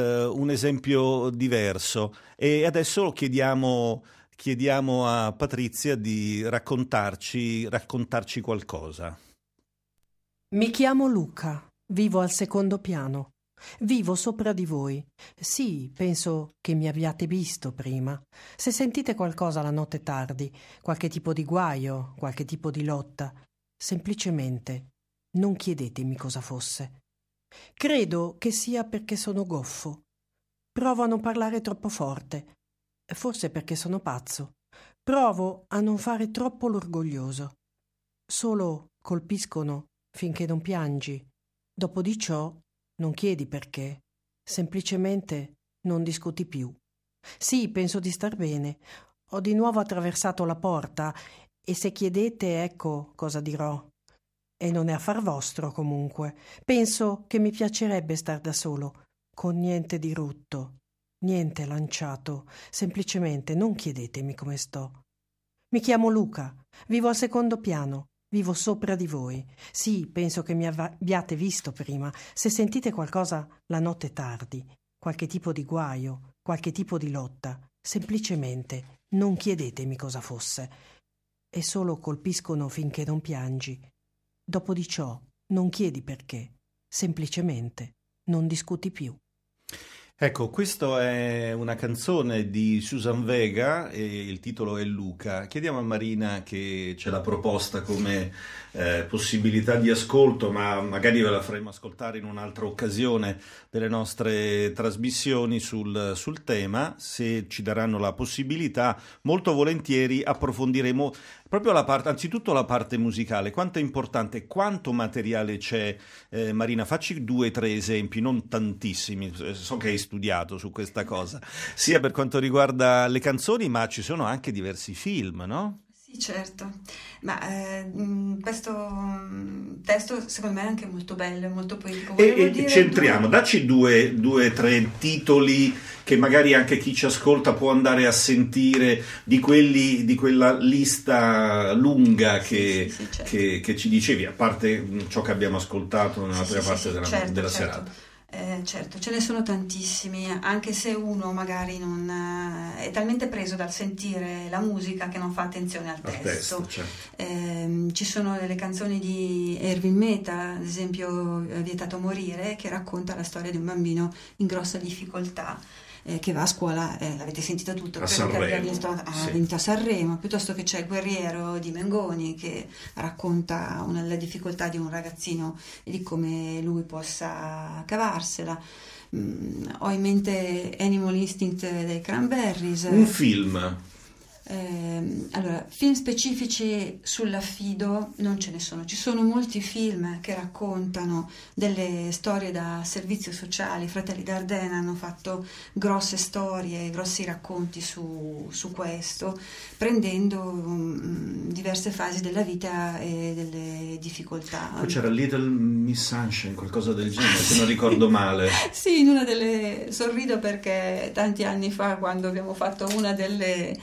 diverso. E adesso chiediamo a Patrizia di raccontarci qualcosa. Mi chiamo Luca, vivo al secondo piano. Vivo sopra di voi. Sì, penso che mi abbiate visto prima. Se sentite qualcosa la notte tardi, qualche tipo di guaio, qualche tipo di lotta, semplicemente non chiedetemi cosa fosse. Credo che sia perché sono goffo. Provo a non parlare troppo forte, forse perché sono pazzo. Provo a non fare troppo l'orgoglioso. Solo colpiscono finché non piangi. Dopo di ciò non chiedi perché, semplicemente non discuti più. Sì, penso di star bene. Ho di nuovo attraversato la porta e se chiedete, ecco cosa dirò. E non è affar vostro, comunque. Penso che mi piacerebbe star da solo, con niente di rutto. niente lanciato, semplicemente non chiedetemi come sto. Mi chiamo Luca, vivo al secondo piano, vivo sopra di voi. Sì, penso che mi abbiate visto prima. Se sentite qualcosa la notte tardi, qualche tipo di guaio, qualche tipo di lotta, semplicemente non chiedetemi cosa fosse. E solo colpiscono finché non piangi. Dopo di ciò non chiedi perché, semplicemente non discuti più. Ecco, questa è una canzone di Susan Vega e il titolo è Luca. Chiediamo a Marina che ce l'ha proposta come possibilità di ascolto, ma magari ve la faremo ascoltare in un'altra occasione delle nostre trasmissioni sul tema. Se ci daranno la possibilità, molto volentieri approfondiremo proprio anzitutto la parte musicale. Quanto è importante, quanto materiale c'è, Marina? Facci 2 o 3 esempi, non tantissimi, so che hai studiato su questa cosa, sia per quanto riguarda le canzoni, ma ci sono anche diversi film, no? Sì, certo, ma questo testo secondo me è anche molto bello, molto poetico. E centriamo, dacci 2 o 3 titoli che magari anche chi ci ascolta può andare a sentire, di quella lista lunga che ci dicevi, a parte ciò che abbiamo ascoltato nella prima parte della serata. Certo, ce ne sono tantissimi, anche se uno magari non è talmente preso dal sentire la musica che non fa attenzione al testo. Certo. Ci sono delle canzoni di Erwin Mehta, ad esempio Vietato morire, che racconta la storia di un bambino in grossa difficoltà, che va a scuola, l'avete sentito tutto, a Sanremo, ha vinto a Sanremo, piuttosto che c'è Guerriero di Mengoni che racconta la difficoltà di un ragazzino e di come lui possa cavarsela. Ho in mente Animal Instinct dei Cranberries. Un film. Allora, film specifici sull'affido non ce ne sono, ci sono molti film che raccontano delle storie da servizio sociale. I fratelli Dardenne hanno fatto grosse storie, grossi racconti su questo, prendendo diverse fasi della vita e delle difficoltà. Poi c'era Little Miss Sunshine, qualcosa del genere, se non ricordo male. Sì, in una delle... sorrido perché tanti anni fa, quando abbiamo fatto una delle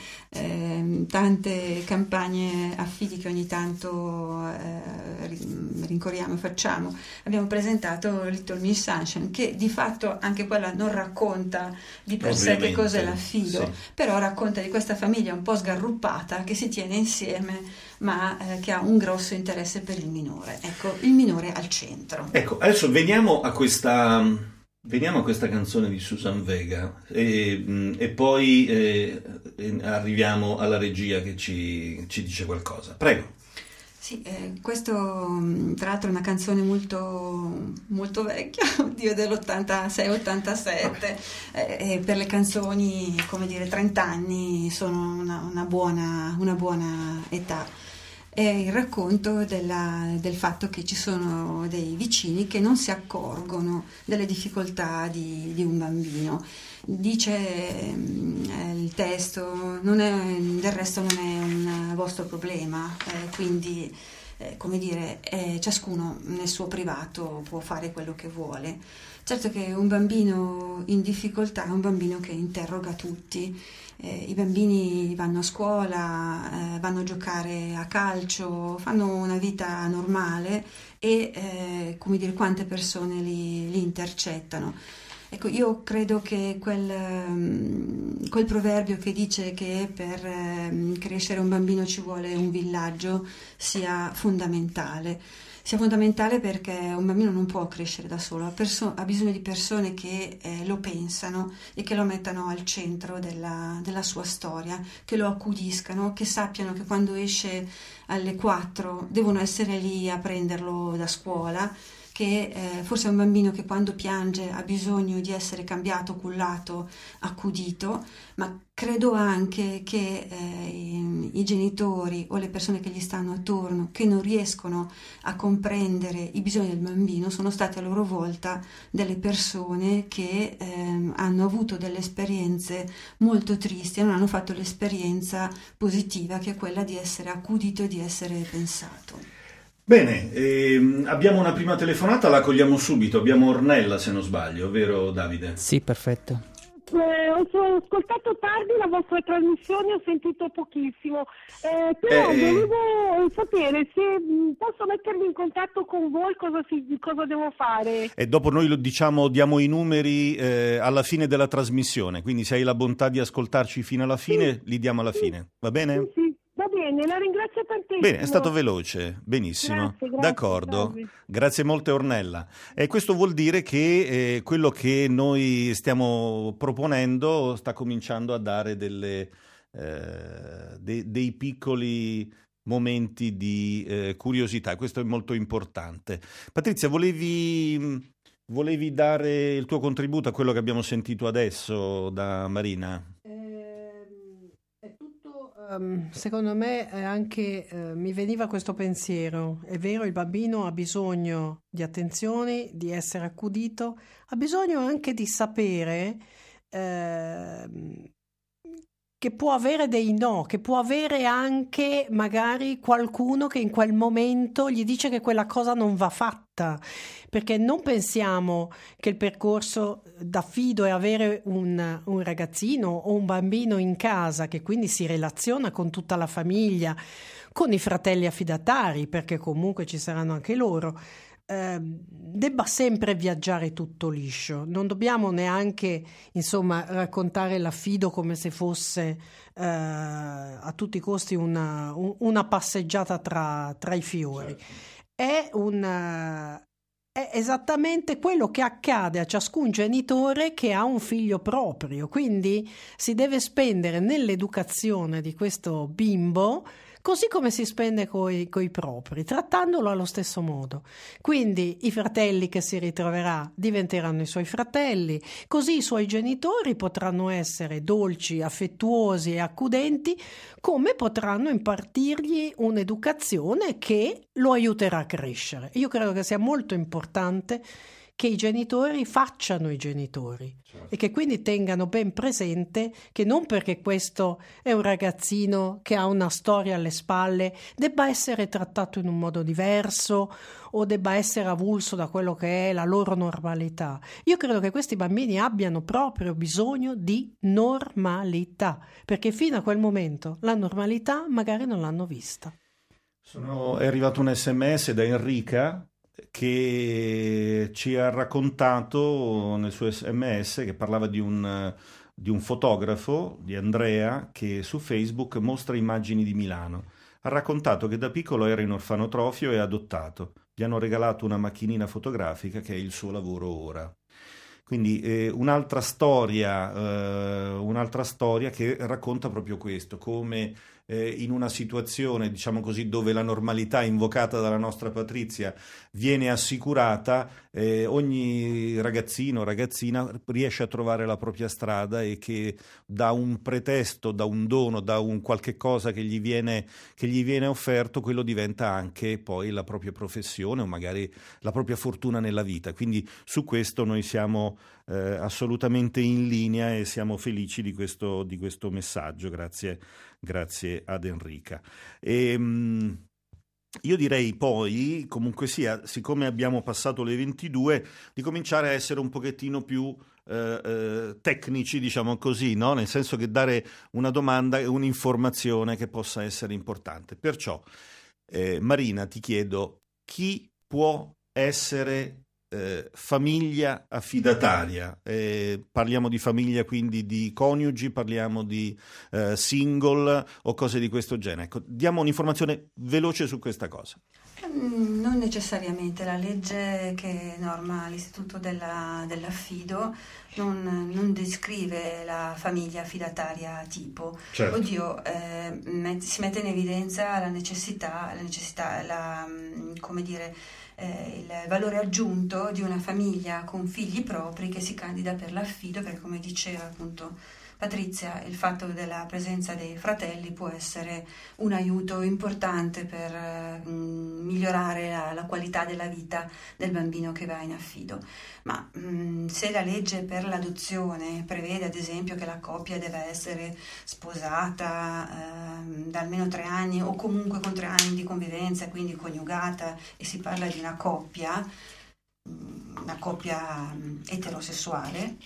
tante campagne affidi che ogni tanto rincorriamo e facciamo, abbiamo presentato Little Miss Sunshine, che di fatto anche quella non racconta di per sé che cos'è l'affido, sì, però racconta di questa famiglia un po' sgarruppata che si tiene insieme, ma che ha un grosso interesse per il minore. Ecco, il minore al centro. Ecco, adesso veniamo a questa canzone di Susan Vega e poi arriviamo alla regia che ci dice qualcosa. Prego. Sì, questo tra l'altro è una canzone molto, molto vecchia, oddio, dell'86-87, per le canzoni, come dire, 30 anni sono una buona età. È il racconto del fatto che ci sono dei vicini che non si accorgono delle difficoltà di un bambino. Dice il testo, del resto non è un vostro problema, quindi come dire, ciascuno nel suo privato può fare quello che vuole. Certo che un bambino in difficoltà è un bambino che interroga tutti. I bambini vanno a scuola, vanno a giocare a calcio, fanno una vita normale e come dire, quante persone li intercettano. Ecco, io credo che quel proverbio che dice che per crescere un bambino ci vuole un villaggio sia fondamentale. Sia fondamentale perché un bambino non può crescere da solo, ha bisogno di persone che lo pensano e che lo mettano al centro della sua storia, che lo accudiscano, che sappiano che quando esce alle 4 devono essere lì a prenderlo da scuola, che forse è un bambino che quando piange ha bisogno di essere cambiato, cullato, accudito, ma credo anche che i genitori o le persone che gli stanno attorno, che non riescono a comprendere i bisogni del bambino, sono state a loro volta delle persone che hanno avuto delle esperienze molto tristi e non hanno fatto l'esperienza positiva, che è quella di essere accudito e di essere pensato. Bene, abbiamo una prima telefonata, la cogliamo subito. Abbiamo Ornella, se non sbaglio, vero Davide? Sì, perfetto. ho ascoltato tardi la vostra trasmissione, ho sentito pochissimo, però volevo sapere se posso mettermi in contatto con voi, cosa devo fare. E dopo noi lo diciamo, diamo i numeri alla fine della trasmissione, quindi se hai la bontà di ascoltarci fino alla fine, li diamo alla fine, va bene? Sì. Va bene, la ringrazio tantissimo. Bene, è stato veloce, benissimo. Grazie, d'accordo, salve. Grazie molte Ornella. E questo vuol dire che quello che noi stiamo proponendo sta cominciando a dare dei piccoli momenti di curiosità, questo è molto importante. Patrizia, volevi dare il tuo contributo a quello che abbiamo sentito adesso da Marina? Secondo me anche mi veniva questo pensiero. È vero, il bambino ha bisogno di attenzioni, di essere accudito, ha bisogno anche di sapere che può avere dei no, che può avere anche magari qualcuno che in quel momento gli dice che quella cosa non va fatta, perché non pensiamo che il percorso d'affido è avere un ragazzino o un bambino in casa che quindi si relaziona con tutta la famiglia, con i fratelli affidatari, perché comunque ci saranno anche loro, debba sempre viaggiare tutto liscio. Non dobbiamo neanche, insomma, raccontare l'affido come se fosse a tutti i costi una passeggiata tra i fiori. È esattamente quello che accade a ciascun genitore che ha un figlio proprio, quindi si deve spendere nell'educazione di questo bimbo così come si spende coi propri, trattandolo allo stesso modo. Quindi i fratelli che si ritroverà diventeranno i suoi fratelli, così i suoi genitori potranno essere dolci, affettuosi e accudenti, come potranno impartirgli un'educazione che lo aiuterà a crescere. Io credo che sia molto importante che i genitori facciano i genitori, certo, e che quindi tengano ben presente che non perché questo è un ragazzino che ha una storia alle spalle debba essere trattato in un modo diverso o debba essere avulso da quello che è la loro normalità. Io credo che questi bambini abbiano proprio bisogno di normalità, perché fino a quel momento la normalità magari non l'hanno vista. È arrivato un SMS da Enrica che ci ha raccontato nel suo SMS che parlava di un fotografo, di Andrea, che su Facebook mostra immagini di Milano. Ha raccontato che da piccolo era in orfanotrofio e adottato. Gli hanno regalato una macchinina fotografica che è il suo lavoro ora. Quindi un'altra storia che racconta proprio questo, come in una situazione, diciamo così, dove la normalità invocata dalla nostra Patrizia viene assicurata, ogni ragazzino o ragazzina riesce a trovare la propria strada e che da un pretesto, da un dono, da un qualche cosa che gli viene offerto, quello diventa anche poi la propria professione o magari la propria fortuna nella vita. Quindi su questo noi siamo assolutamente in linea e siamo felici di questo messaggio. Grazie ad Enrica. Io direi poi, comunque sia, siccome abbiamo passato le 22, di cominciare a essere un pochettino più tecnici, diciamo così, no? Nel senso che dare una domanda e un'informazione che possa essere importante. Perciò, Marina, ti chiedo, chi può essere famiglia affidataria? Parliamo di famiglia, quindi di coniugi, parliamo di single o cose di questo genere. Ecco, diamo un'informazione veloce su questa cosa. Non necessariamente. La legge che norma l'istituto dell'affido non descrive la famiglia affidataria tipo. Certo. Oddio, si mette in evidenza la necessità, come dire, il valore aggiunto di una famiglia con figli propri che si candida per l'affido, perché come diceva appunto Patrizia, il fatto della presenza dei fratelli può essere un aiuto importante per migliorare la qualità della vita del bambino che va in affido. Ma se la legge per l'adozione prevede ad esempio che la coppia deve essere sposata da almeno 3 anni o comunque con 3 anni di convivenza, quindi coniugata, e si parla di una coppia eterosessuale,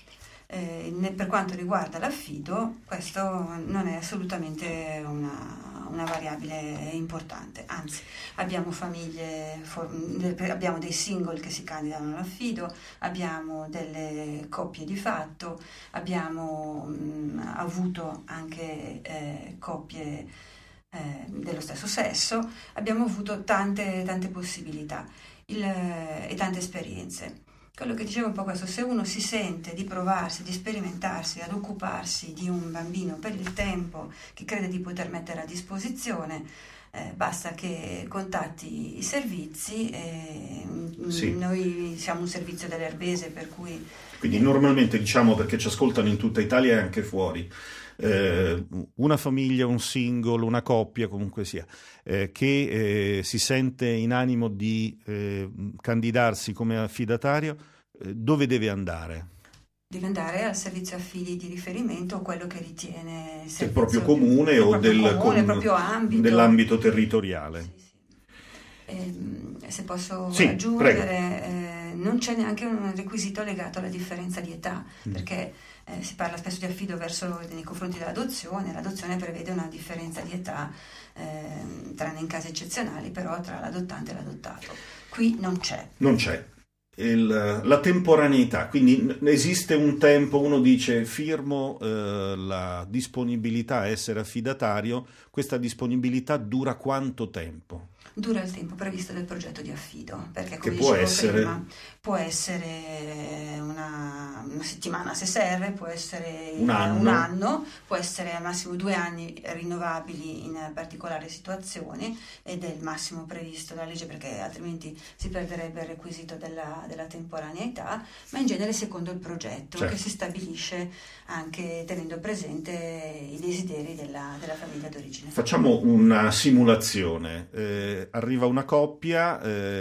Per quanto riguarda l'affido, questo non è assolutamente una variabile importante, anzi abbiamo famiglie, abbiamo dei single che si candidano all'affido, abbiamo delle coppie di fatto, abbiamo avuto anche coppie dello stesso sesso, abbiamo avuto tante possibilità e tante esperienze. Quello che dicevo un po' questo, se uno si sente di provarsi, di sperimentarsi, ad occuparsi di un bambino per il tempo che crede di poter mettere a disposizione, basta che contatti i servizi. Sì. Noi siamo un servizio dell'Erbese, per cui... Quindi normalmente, diciamo, perché ci ascoltano in tutta Italia e anche fuori, una famiglia, un single, una coppia, comunque sia, che si sente in animo di candidarsi come affidatario, dove deve andare? Deve andare al servizio affidi di riferimento, o quello che ritiene il Del proprio comune o proprio ambito. dell'ambito territoriale. Sì. Se posso Sì, aggiungere, non c'è neanche un requisito legato alla differenza di età, perché si parla spesso di affido nei confronti dell'adozione. L'adozione prevede una differenza di età, tranne in casi eccezionali, però tra l'adottante e l'adottato. Qui non c'è. Non c'è. La temporaneità, quindi esiste un tempo, uno dice firmo la disponibilità a essere affidatario, questa disponibilità dura quanto tempo? Dura il tempo previsto del progetto di affido, perché come che può dicevo essere... prima, può essere una settimana se serve, può essere un anno, può essere al massimo 2 anni rinnovabili in particolari situazioni, ed è il massimo previsto dalla legge, perché altrimenti si perderebbe il requisito della temporaneità, ma in genere secondo il progetto, certo, che si stabilisce anche tenendo presente i desideri della famiglia d'origine. Facciamo una simulazione. Arriva una coppia,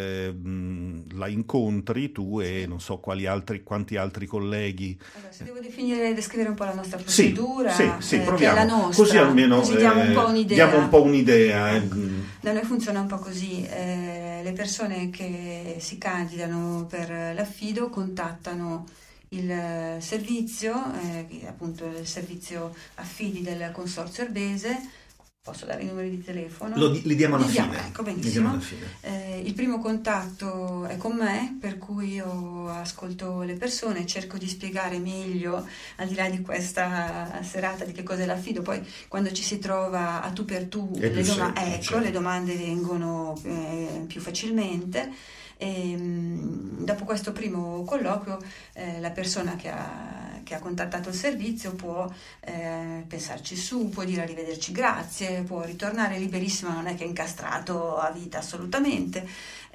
la incontri tu e non so quanti altri colleghi. Allora, se devo descrivere un po' la nostra procedura, sì, che proviamo. è la nostra, così almeno diamo un po' un'idea. Diamo un po' un'idea. Da noi funziona un po' così: le persone che si candidano per l'affido contattano il servizio, appunto il servizio affidi del Consorzio Erbese. Posso dare i numeri di telefono? Li diamo alla fine. Ecco, benissimo. Il primo contatto è con me, per cui io ascolto le persone, cerco di spiegare meglio, al di là di questa serata, di che cos'è l'affido. Poi quando ci si trova a tu per tu, le domande vengono più facilmente. E dopo questo primo colloquio la persona che ha contattato il servizio può pensarci su, può dire arrivederci, grazie, può ritornare liberissima, non è che è incastrato a vita assolutamente.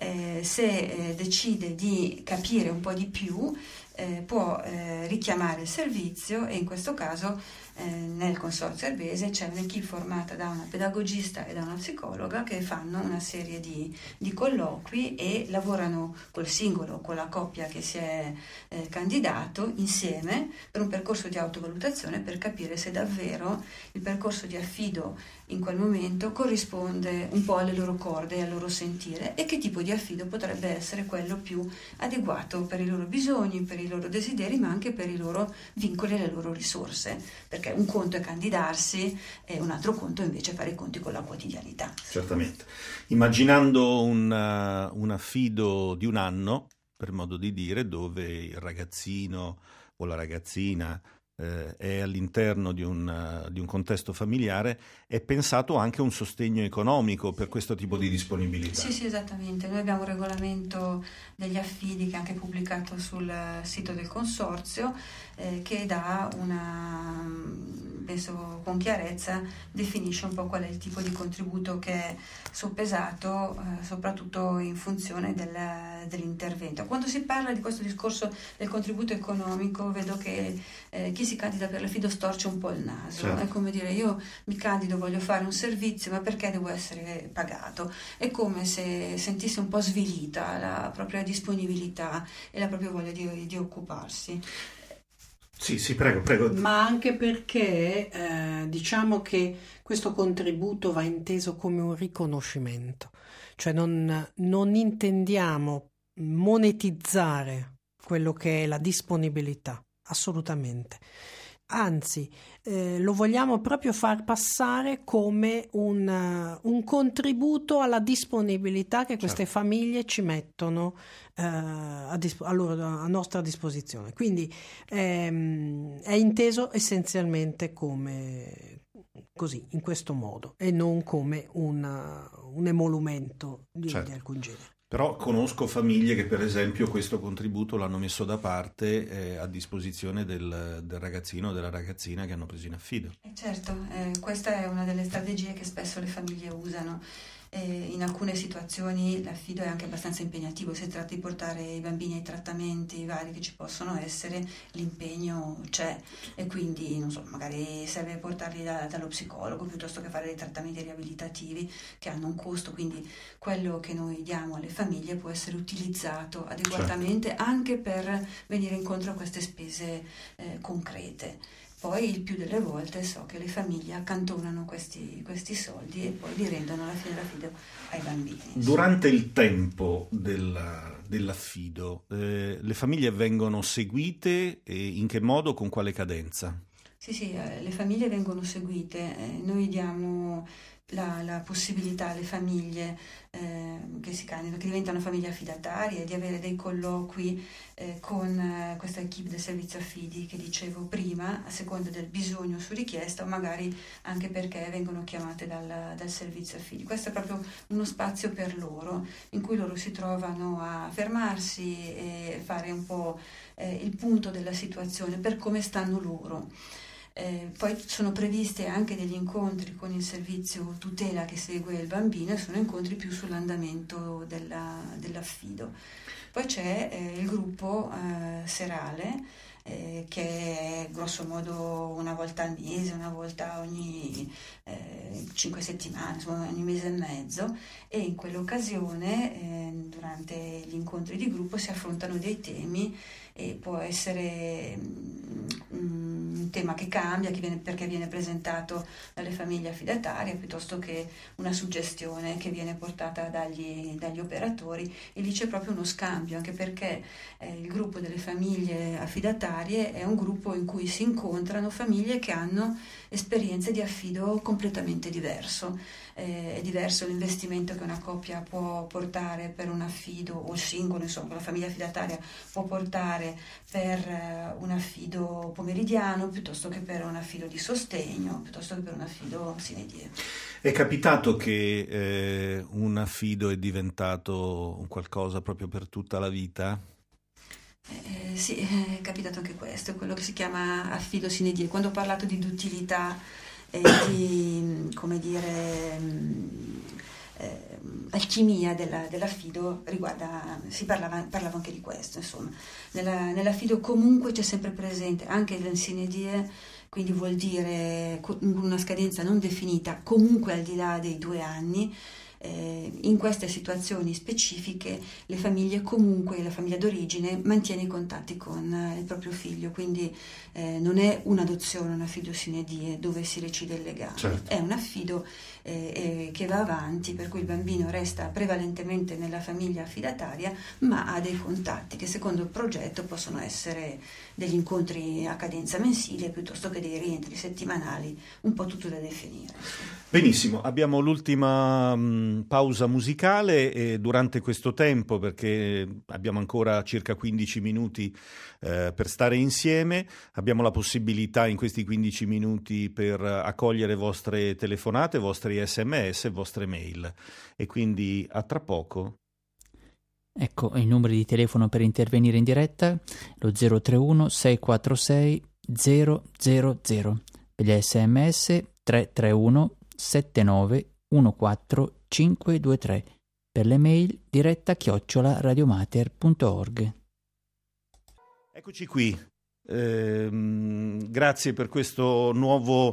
Se decide di capire un po' di più, può richiamare il servizio, e in questo caso nel Consorzio Erbese c'è un'equipe formata da una pedagogista e da una psicologa che fanno una serie di colloqui e lavorano col singolo o con la coppia che si è candidato insieme per un percorso di autovalutazione, per capire se davvero il percorso di affido in quel momento corrisponde un po' alle loro corde e al loro sentire, e che tipo di affido potrebbe essere quello più adeguato per i loro bisogni, per i loro desideri, ma anche per i loro vincoli e le loro risorse, perché un conto è candidarsi e un altro conto invece fare i conti con la quotidianità. Certamente. Immaginando un affido di un anno, per modo di dire, dove il ragazzino o la ragazzina è all'interno di un contesto familiare, è pensato anche un sostegno economico per questo tipo di disponibilità. Sì, esattamente. Noi abbiamo un regolamento degli affidi che è anche pubblicato sul sito del Consorzio, che dà penso con chiarezza, definisce un po' qual è il tipo di contributo che è soppesato, soprattutto in funzione dell'intervento. Quando si parla di questo discorso del contributo economico, vedo che chi si candida per l'affido storce un po' il naso. Certo. È come dire: io mi candido, voglio fare un servizio, ma perché devo essere pagato? È come se sentisse un po' svilita la propria disponibilità e la propria voglia di occuparsi. Sì, prego. Ma anche perché diciamo che questo contributo va inteso come un riconoscimento, cioè non intendiamo monetizzare quello che è la disponibilità assolutamente. Anzi, lo vogliamo proprio far passare come un contributo alla disponibilità che queste famiglie ci mettono a nostra disposizione. Quindi è inteso essenzialmente come così, in questo modo, e non come un emolumento di alcun genere. Però conosco famiglie che per esempio questo contributo l'hanno messo da parte a disposizione del ragazzino o della ragazzina che hanno preso in affido. Certo, questa è una delle strategie che spesso le famiglie usano. In alcune situazioni l'affido è anche abbastanza impegnativo, se tratta di portare i bambini ai trattamenti vari che ci possono essere, l'impegno c'è e quindi non so, magari serve portarli dallo psicologo piuttosto che fare dei trattamenti riabilitativi che hanno un costo, quindi quello che noi diamo alle famiglie può essere utilizzato adeguatamente anche per venire incontro a queste spese concrete. Poi il più delle volte so che le famiglie accantonano questi soldi e poi li rendono alla fine l'affido ai bambini. Durante il tempo dell'affido, le famiglie vengono seguite e in che modo, con quale cadenza? Sì, le famiglie vengono seguite, noi diamo la possibilità alle famiglie che si candidano, che diventano famiglie affidatarie, di avere dei colloqui con questa equipe del servizio affidi che dicevo prima, a seconda del bisogno su richiesta o magari anche perché vengono chiamate dal servizio affidi. Questo è proprio uno spazio per loro in cui loro si trovano a fermarsi e fare un po' il punto della situazione per come stanno loro. Poi sono previsti anche degli incontri con il servizio tutela che segue il bambino e sono incontri più sull'andamento dell'affido. Poi c'è il gruppo serale che è grosso modo una volta al mese, una volta ogni 5 settimane, insomma ogni mese e mezzo, e in quell'occasione durante gli incontri di gruppo si affrontano dei temi e può essere un tema che cambia perché viene presentato dalle famiglie affidatarie piuttosto che una suggestione che viene portata dagli operatori, e lì c'è proprio uno scambio, anche perché il gruppo delle famiglie affidatarie è un gruppo in cui si incontrano famiglie che hanno esperienze di affido completamente diverso. È diverso l'investimento che una coppia può portare per un affido, o il singolo, insomma, la famiglia affidataria può portare per un affido pomeridiano piuttosto che per un affido di sostegno, piuttosto che per un affido sine die. È capitato che un affido è diventato un qualcosa proprio per tutta la vita? Sì, è capitato anche questo, quello che si chiama affido sine die. Quando ho parlato di utilità e di, come dire, alchimia dell'affido, parlavo anche di questo, insomma. Nell'affido comunque c'è sempre presente anche il sine die, quindi vuol dire una scadenza non definita, comunque al di là dei 2 anni. In queste situazioni specifiche le famiglie, comunque la famiglia d'origine, mantiene i contatti con il proprio figlio, quindi non è un'adozione, un affido sine die dove si recide il legame, certo. È un affido che va avanti, per cui il bambino resta prevalentemente nella famiglia affidataria ma ha dei contatti che secondo il progetto possono essere degli incontri a cadenza mensile piuttosto che dei rientri settimanali, un po' tutto da definire. Benissimo, abbiamo l'ultima pausa musicale e durante questo tempo, perché abbiamo ancora circa 15 minuti per stare insieme, abbiamo la possibilità in questi 15 minuti per accogliere vostre telefonate, vostri SMS e vostre mail, e quindi a tra poco. Ecco il numero di telefono per intervenire in diretta, lo 031 646 000, per gli SMS 331 79 14 523, per le mail diretta@radiomater.org. Eccoci qui. Grazie per questo nuova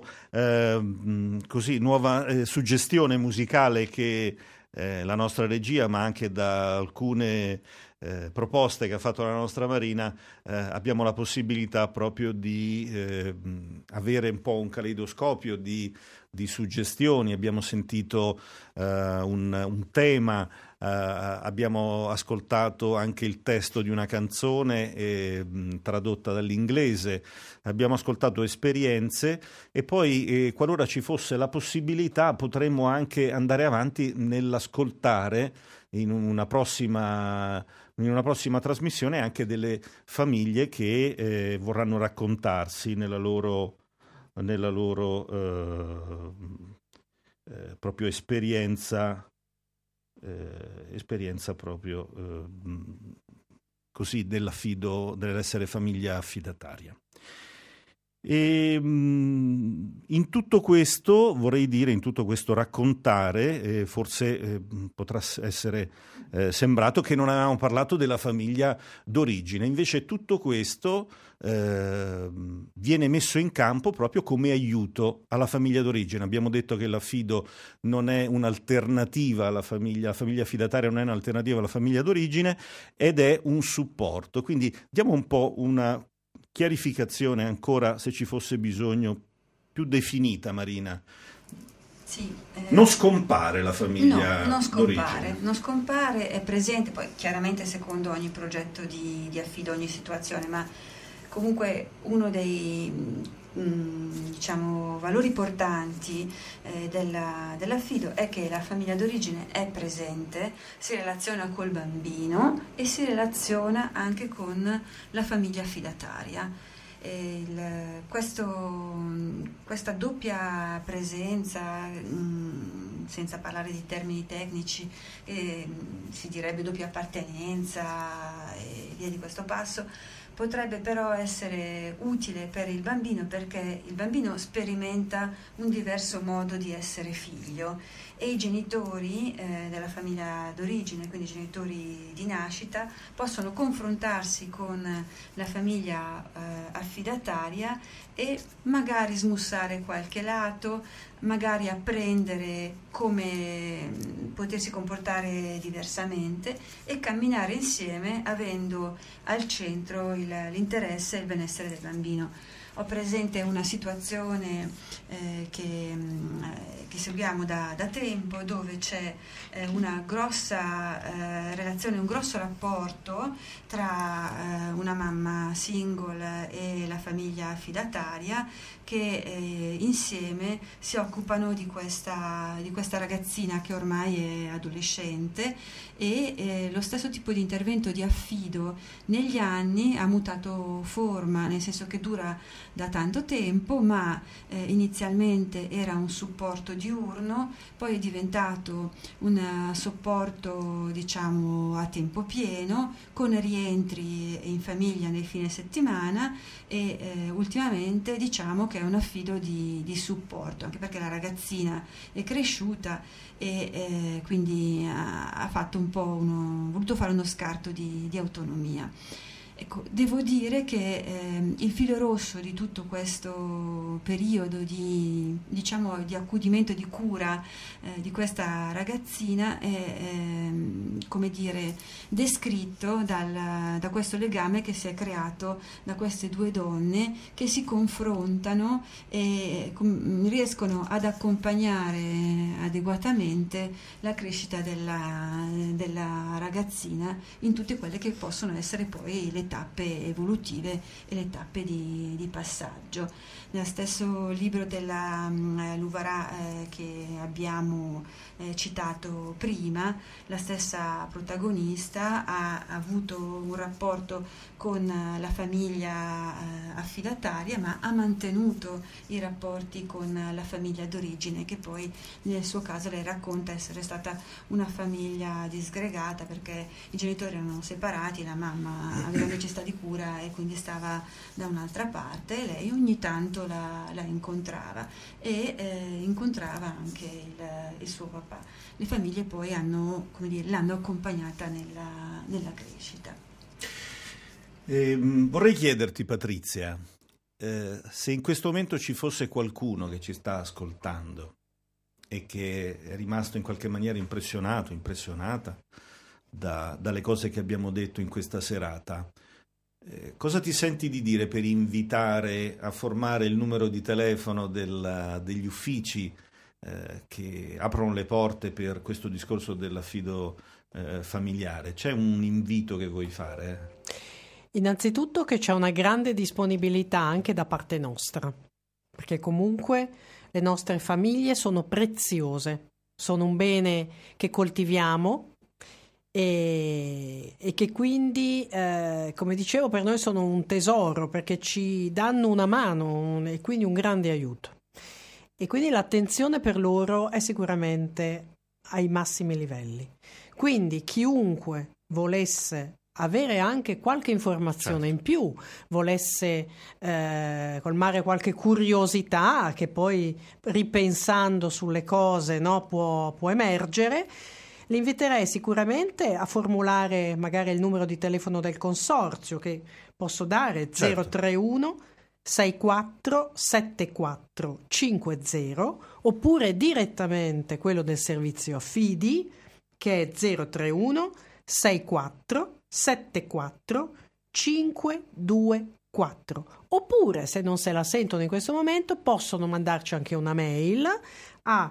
suggestione musicale che la nostra regia, ma anche da alcune proposte che ha fatto la nostra Marina, abbiamo la possibilità proprio di avere un po' un caleidoscopio di suggestioni. Abbiamo sentito un tema abbiamo ascoltato anche il testo di una canzone tradotta dall'inglese, abbiamo ascoltato esperienze e poi qualora ci fosse la possibilità potremmo anche andare avanti nell'ascoltare in una prossima trasmissione anche delle famiglie che vorranno raccontarsi nella loro proprio esperienza proprio così dell'affido, dell'essere famiglia affidataria. E in tutto questo, vorrei dire, in tutto questo raccontare, forse potrà essere sembrato che non avevamo parlato della famiglia d'origine, invece tutto questo viene messo in campo proprio come aiuto alla famiglia d'origine. Abbiamo detto che l'affido non è un'alternativa alla famiglia affidataria, non è un'alternativa alla famiglia d'origine ed è un supporto. Quindi diamo un po' una chiarificazione ancora, se ci fosse bisogno, più definita, Marina. Sì, non scompare la famiglia d'origine. Non scompare, è presente, poi chiaramente secondo ogni progetto di affido, ogni situazione, ma comunque uno dei valori portanti dell'affido è che la famiglia d'origine è presente, si relaziona col bambino e si relaziona anche con la famiglia affidataria. Questa doppia presenza, senza parlare di termini tecnici, si direbbe doppia appartenenza e via di questo passo, potrebbe però essere utile per il bambino, perché il bambino sperimenta un diverso modo di essere figlio e i genitori della famiglia d'origine, quindi i genitori di nascita, possono confrontarsi con la famiglia affidataria e magari smussare qualche lato, magari apprendere come potersi comportare diversamente e camminare insieme avendo al centro l'interesse e il benessere del bambino. Ho presente una situazione che seguiamo da tempo, dove c'è una grossa relazione, un grosso rapporto tra una mamma single e la famiglia affidataria, che insieme si occupano di questa ragazzina che ormai è adolescente, e lo stesso tipo di intervento di affido negli anni ha mutato forma, nel senso che dura da tanto tempo, ma inizialmente era un supporto diurno, poi è diventato un supporto a tempo pieno, con rientri in famiglia nei fine settimana, e ultimamente che è un affido di supporto, anche perché la ragazzina è cresciuta e quindi ha fatto voluto fare uno scarto di autonomia. Ecco, devo dire che il filo rosso di tutto questo periodo di accudimento e di cura di questa ragazzina è descritto da questo legame che si è creato da queste due donne, che si confrontano e riescono ad accompagnare adeguatamente la crescita della ragazzina in tutte quelle che possono essere poi le tappe evolutive e le tappe di passaggio. Nello stesso libro della Luvarà che abbiamo citato prima, la stessa protagonista ha avuto un rapporto con la famiglia affidataria, ma ha mantenuto i rapporti con la famiglia d'origine, che poi nel suo caso lei racconta essere stata una famiglia disgregata, perché i genitori erano separati, la mamma aveva necessità di cura e quindi stava da un'altra parte, e lei ogni tanto la incontrava e incontrava anche il suo papà. Le famiglie poi l'hanno accompagnata nella crescita. Vorrei chiederti, Patrizia, se in questo momento ci fosse qualcuno che ci sta ascoltando e che è rimasto in qualche maniera impressionato, impressionata dalle cose che abbiamo detto in questa serata, cosa ti senti di dire per invitare a formare il numero di telefono degli uffici che aprono le porte per questo discorso dell'affido familiare. C'è un invito che vuoi fare? Innanzitutto che c'è una grande disponibilità anche da parte nostra, perché comunque le nostre famiglie sono preziose, sono un bene che coltiviamo e che quindi, come dicevo, per noi sono un tesoro, perché ci danno una mano e quindi un grande aiuto. E quindi l'attenzione per loro è sicuramente ai massimi livelli. Quindi chiunque volesse avere anche qualche informazione in più, volesse colmare qualche curiosità che poi ripensando sulle cose, no, può emergere, li inviterei sicuramente a formulare magari il numero di telefono del consorzio che posso dare, 031 64 74 50, oppure direttamente quello del servizio affidi che è 031 64 74 524, oppure se non se la sentono in questo momento possono mandarci anche una mail a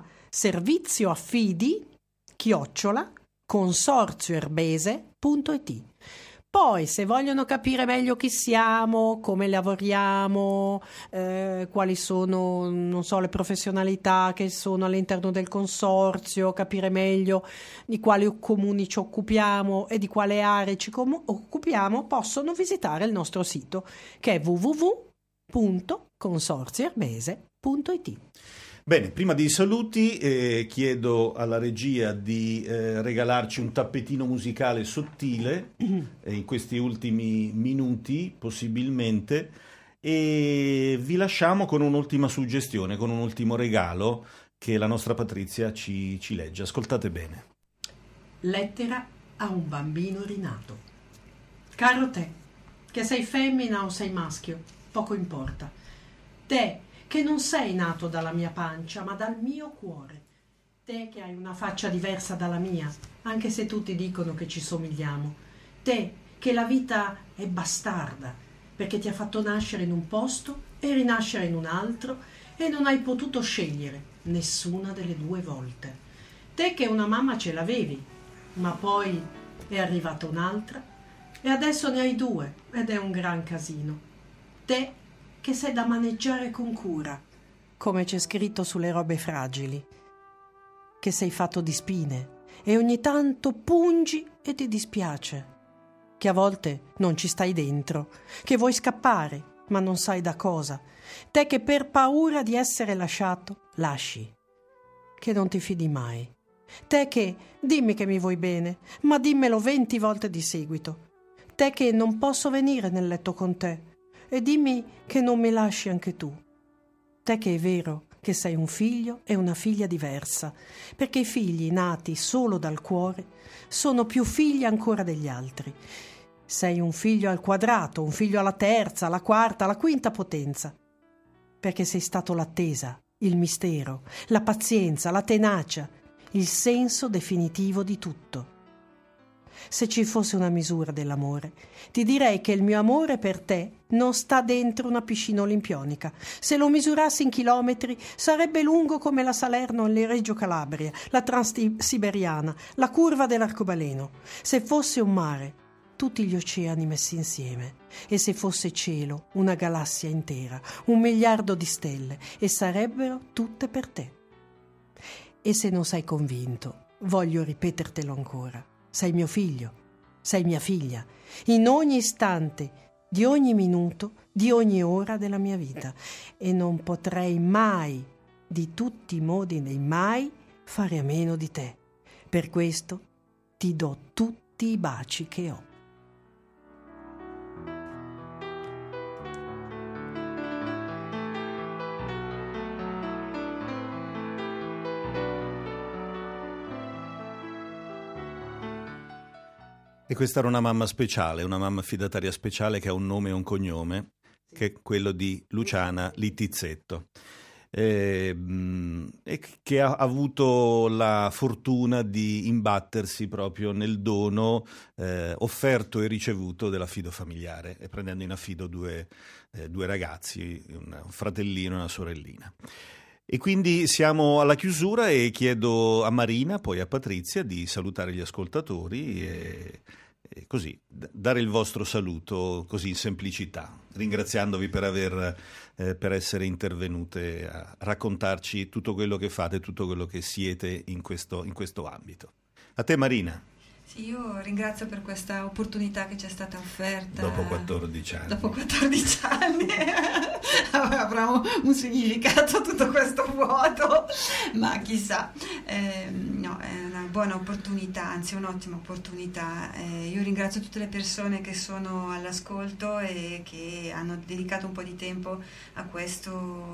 servizioaffidi@consorzioerbese.it. Poi se vogliono capire meglio chi siamo, come lavoriamo, quali sono, non so, le professionalità che sono all'interno del consorzio, capire meglio di quali comuni ci occupiamo e di quale aree ci occupiamo, possono visitare il nostro sito che è www.consorzioerbese.it. Bene, prima dei saluti chiedo alla regia di regalarci un tappetino musicale sottile in questi ultimi minuti, possibilmente, e vi lasciamo con un'ultima suggestione, con un ultimo regalo che la nostra Patrizia ci legge. Ascoltate bene. Lettera a un bambino rinato. Caro te, che sei femmina o sei maschio, poco importa. Te, che non sei nato dalla mia pancia, ma dal mio cuore. Te che hai una faccia diversa dalla mia, anche se tutti dicono che ci somigliamo. Te che la vita è bastarda, perché ti ha fatto nascere in un posto e rinascere in un altro e non hai potuto scegliere nessuna delle due volte. Te che una mamma ce l'avevi, ma poi è arrivata un'altra e adesso ne hai due ed è un gran casino. Te che sei da maneggiare con cura, come c'è scritto sulle robe fragili, che sei fatto di spine e ogni tanto pungi e ti dispiace, che a volte non ci stai dentro, che vuoi scappare ma non sai da cosa, te che per paura di essere lasciato lasci, che non ti fidi mai, te che dimmi che mi vuoi bene, ma dimmelo 20 volte di seguito, te che non posso venire nel letto con te, e dimmi che non mi lasci anche tu. Te che è vero che sei un figlio e una figlia diversa, perché i figli nati solo dal cuore sono più figli ancora degli altri. Sei un figlio al quadrato, un figlio alla terza, alla quarta, alla quinta potenza, perché sei stato l'attesa, il mistero, la pazienza, la tenacia, il senso definitivo di tutto. Se ci fosse una misura dell'amore, ti direi che il mio amore per te non sta dentro una piscina olimpionica. Se lo misurassi in chilometri, sarebbe lungo come la Salerno e Reggio Calabria, la Transiberiana, la curva dell'arcobaleno. Se fosse un mare, tutti gli oceani messi insieme. E se fosse cielo, una galassia intera, 1 miliardo di stelle, e sarebbero tutte per te. E se non sei convinto, voglio ripetertelo ancora. Sei mio figlio, sei mia figlia, in ogni istante, di ogni minuto, di ogni ora della mia vita, e non potrei mai, di tutti i modi nei mai, fare a meno di te. Per questo ti do tutti i baci che ho. E questa era una mamma speciale, una mamma affidataria speciale che ha un nome e un cognome, che è quello di Luciana Littizzetto, e che ha avuto la fortuna di imbattersi proprio nel dono offerto e ricevuto dell'affido familiare, e prendendo in affido due ragazzi, un fratellino e una sorellina. E quindi siamo alla chiusura e chiedo a Marina, poi a Patrizia, di salutare gli ascoltatori e così dare il vostro saluto così in semplicità, ringraziandovi per essere intervenute a raccontarci tutto quello che fate, tutto quello che siete in questo ambito. A te Marina. Sì, io ringrazio per questa opportunità che ci è stata offerta. Dopo 14 anni. Avrà un significato tutto questo vuoto, ma chissà. No, è una buona opportunità, anzi un'ottima opportunità. Io ringrazio tutte le persone che sono all'ascolto e che hanno dedicato un po' di tempo a questo,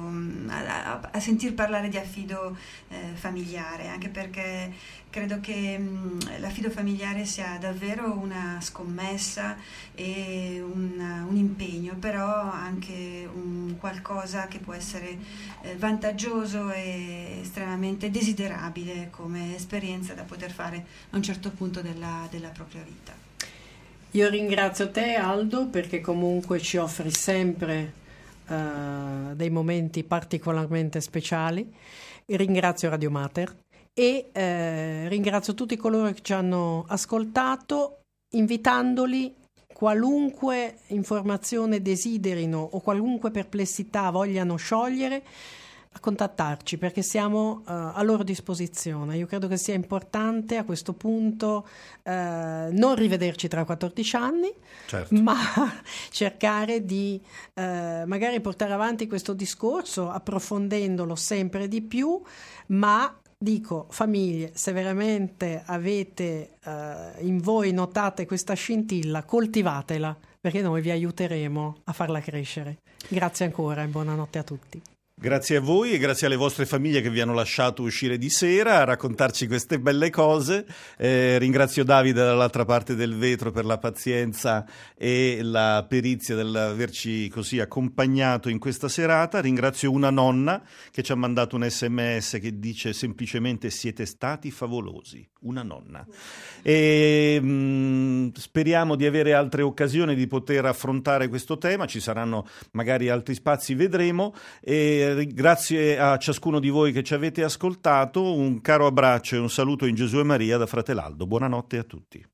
a sentir parlare di affido familiare, anche perché credo che l'affido familiare sia davvero una scommessa e un impegno, però anche un qualcosa che può essere vantaggioso e estremamente desiderabile come esperienza da poter fare a un certo punto della propria vita. Io ringrazio te Aldo, perché comunque ci offri sempre dei momenti particolarmente speciali. Ringrazio Radio Mater e ringrazio tutti coloro che ci hanno ascoltato, invitandoli, qualunque informazione desiderino o qualunque perplessità vogliano sciogliere, a contattarci, perché siamo a loro disposizione. Io credo che sia importante a questo punto non rivederci tra 14 anni, certo, ma cercare di magari portare avanti questo discorso approfondendolo sempre di più, ma dico, famiglie, se veramente avete in voi, notate questa scintilla, coltivatela, perché noi vi aiuteremo a farla crescere. Grazie ancora e buonanotte a tutti. Grazie a voi e grazie alle vostre famiglie che vi hanno lasciato uscire di sera a raccontarci queste belle cose. Ringrazio Davide dall'altra parte del vetro per la pazienza e la perizia dell'averci così accompagnato in questa serata. Ringrazio una nonna che ci ha mandato un SMS che dice semplicemente: siete stati favolosi. Una nonna. E speriamo di avere altre occasioni di poter affrontare questo tema. Ci saranno magari altri spazi, vedremo. E grazie a ciascuno di voi che ci avete ascoltato, un caro abbraccio e un saluto in Gesù e Maria da Fratelaldo. Buonanotte a tutti.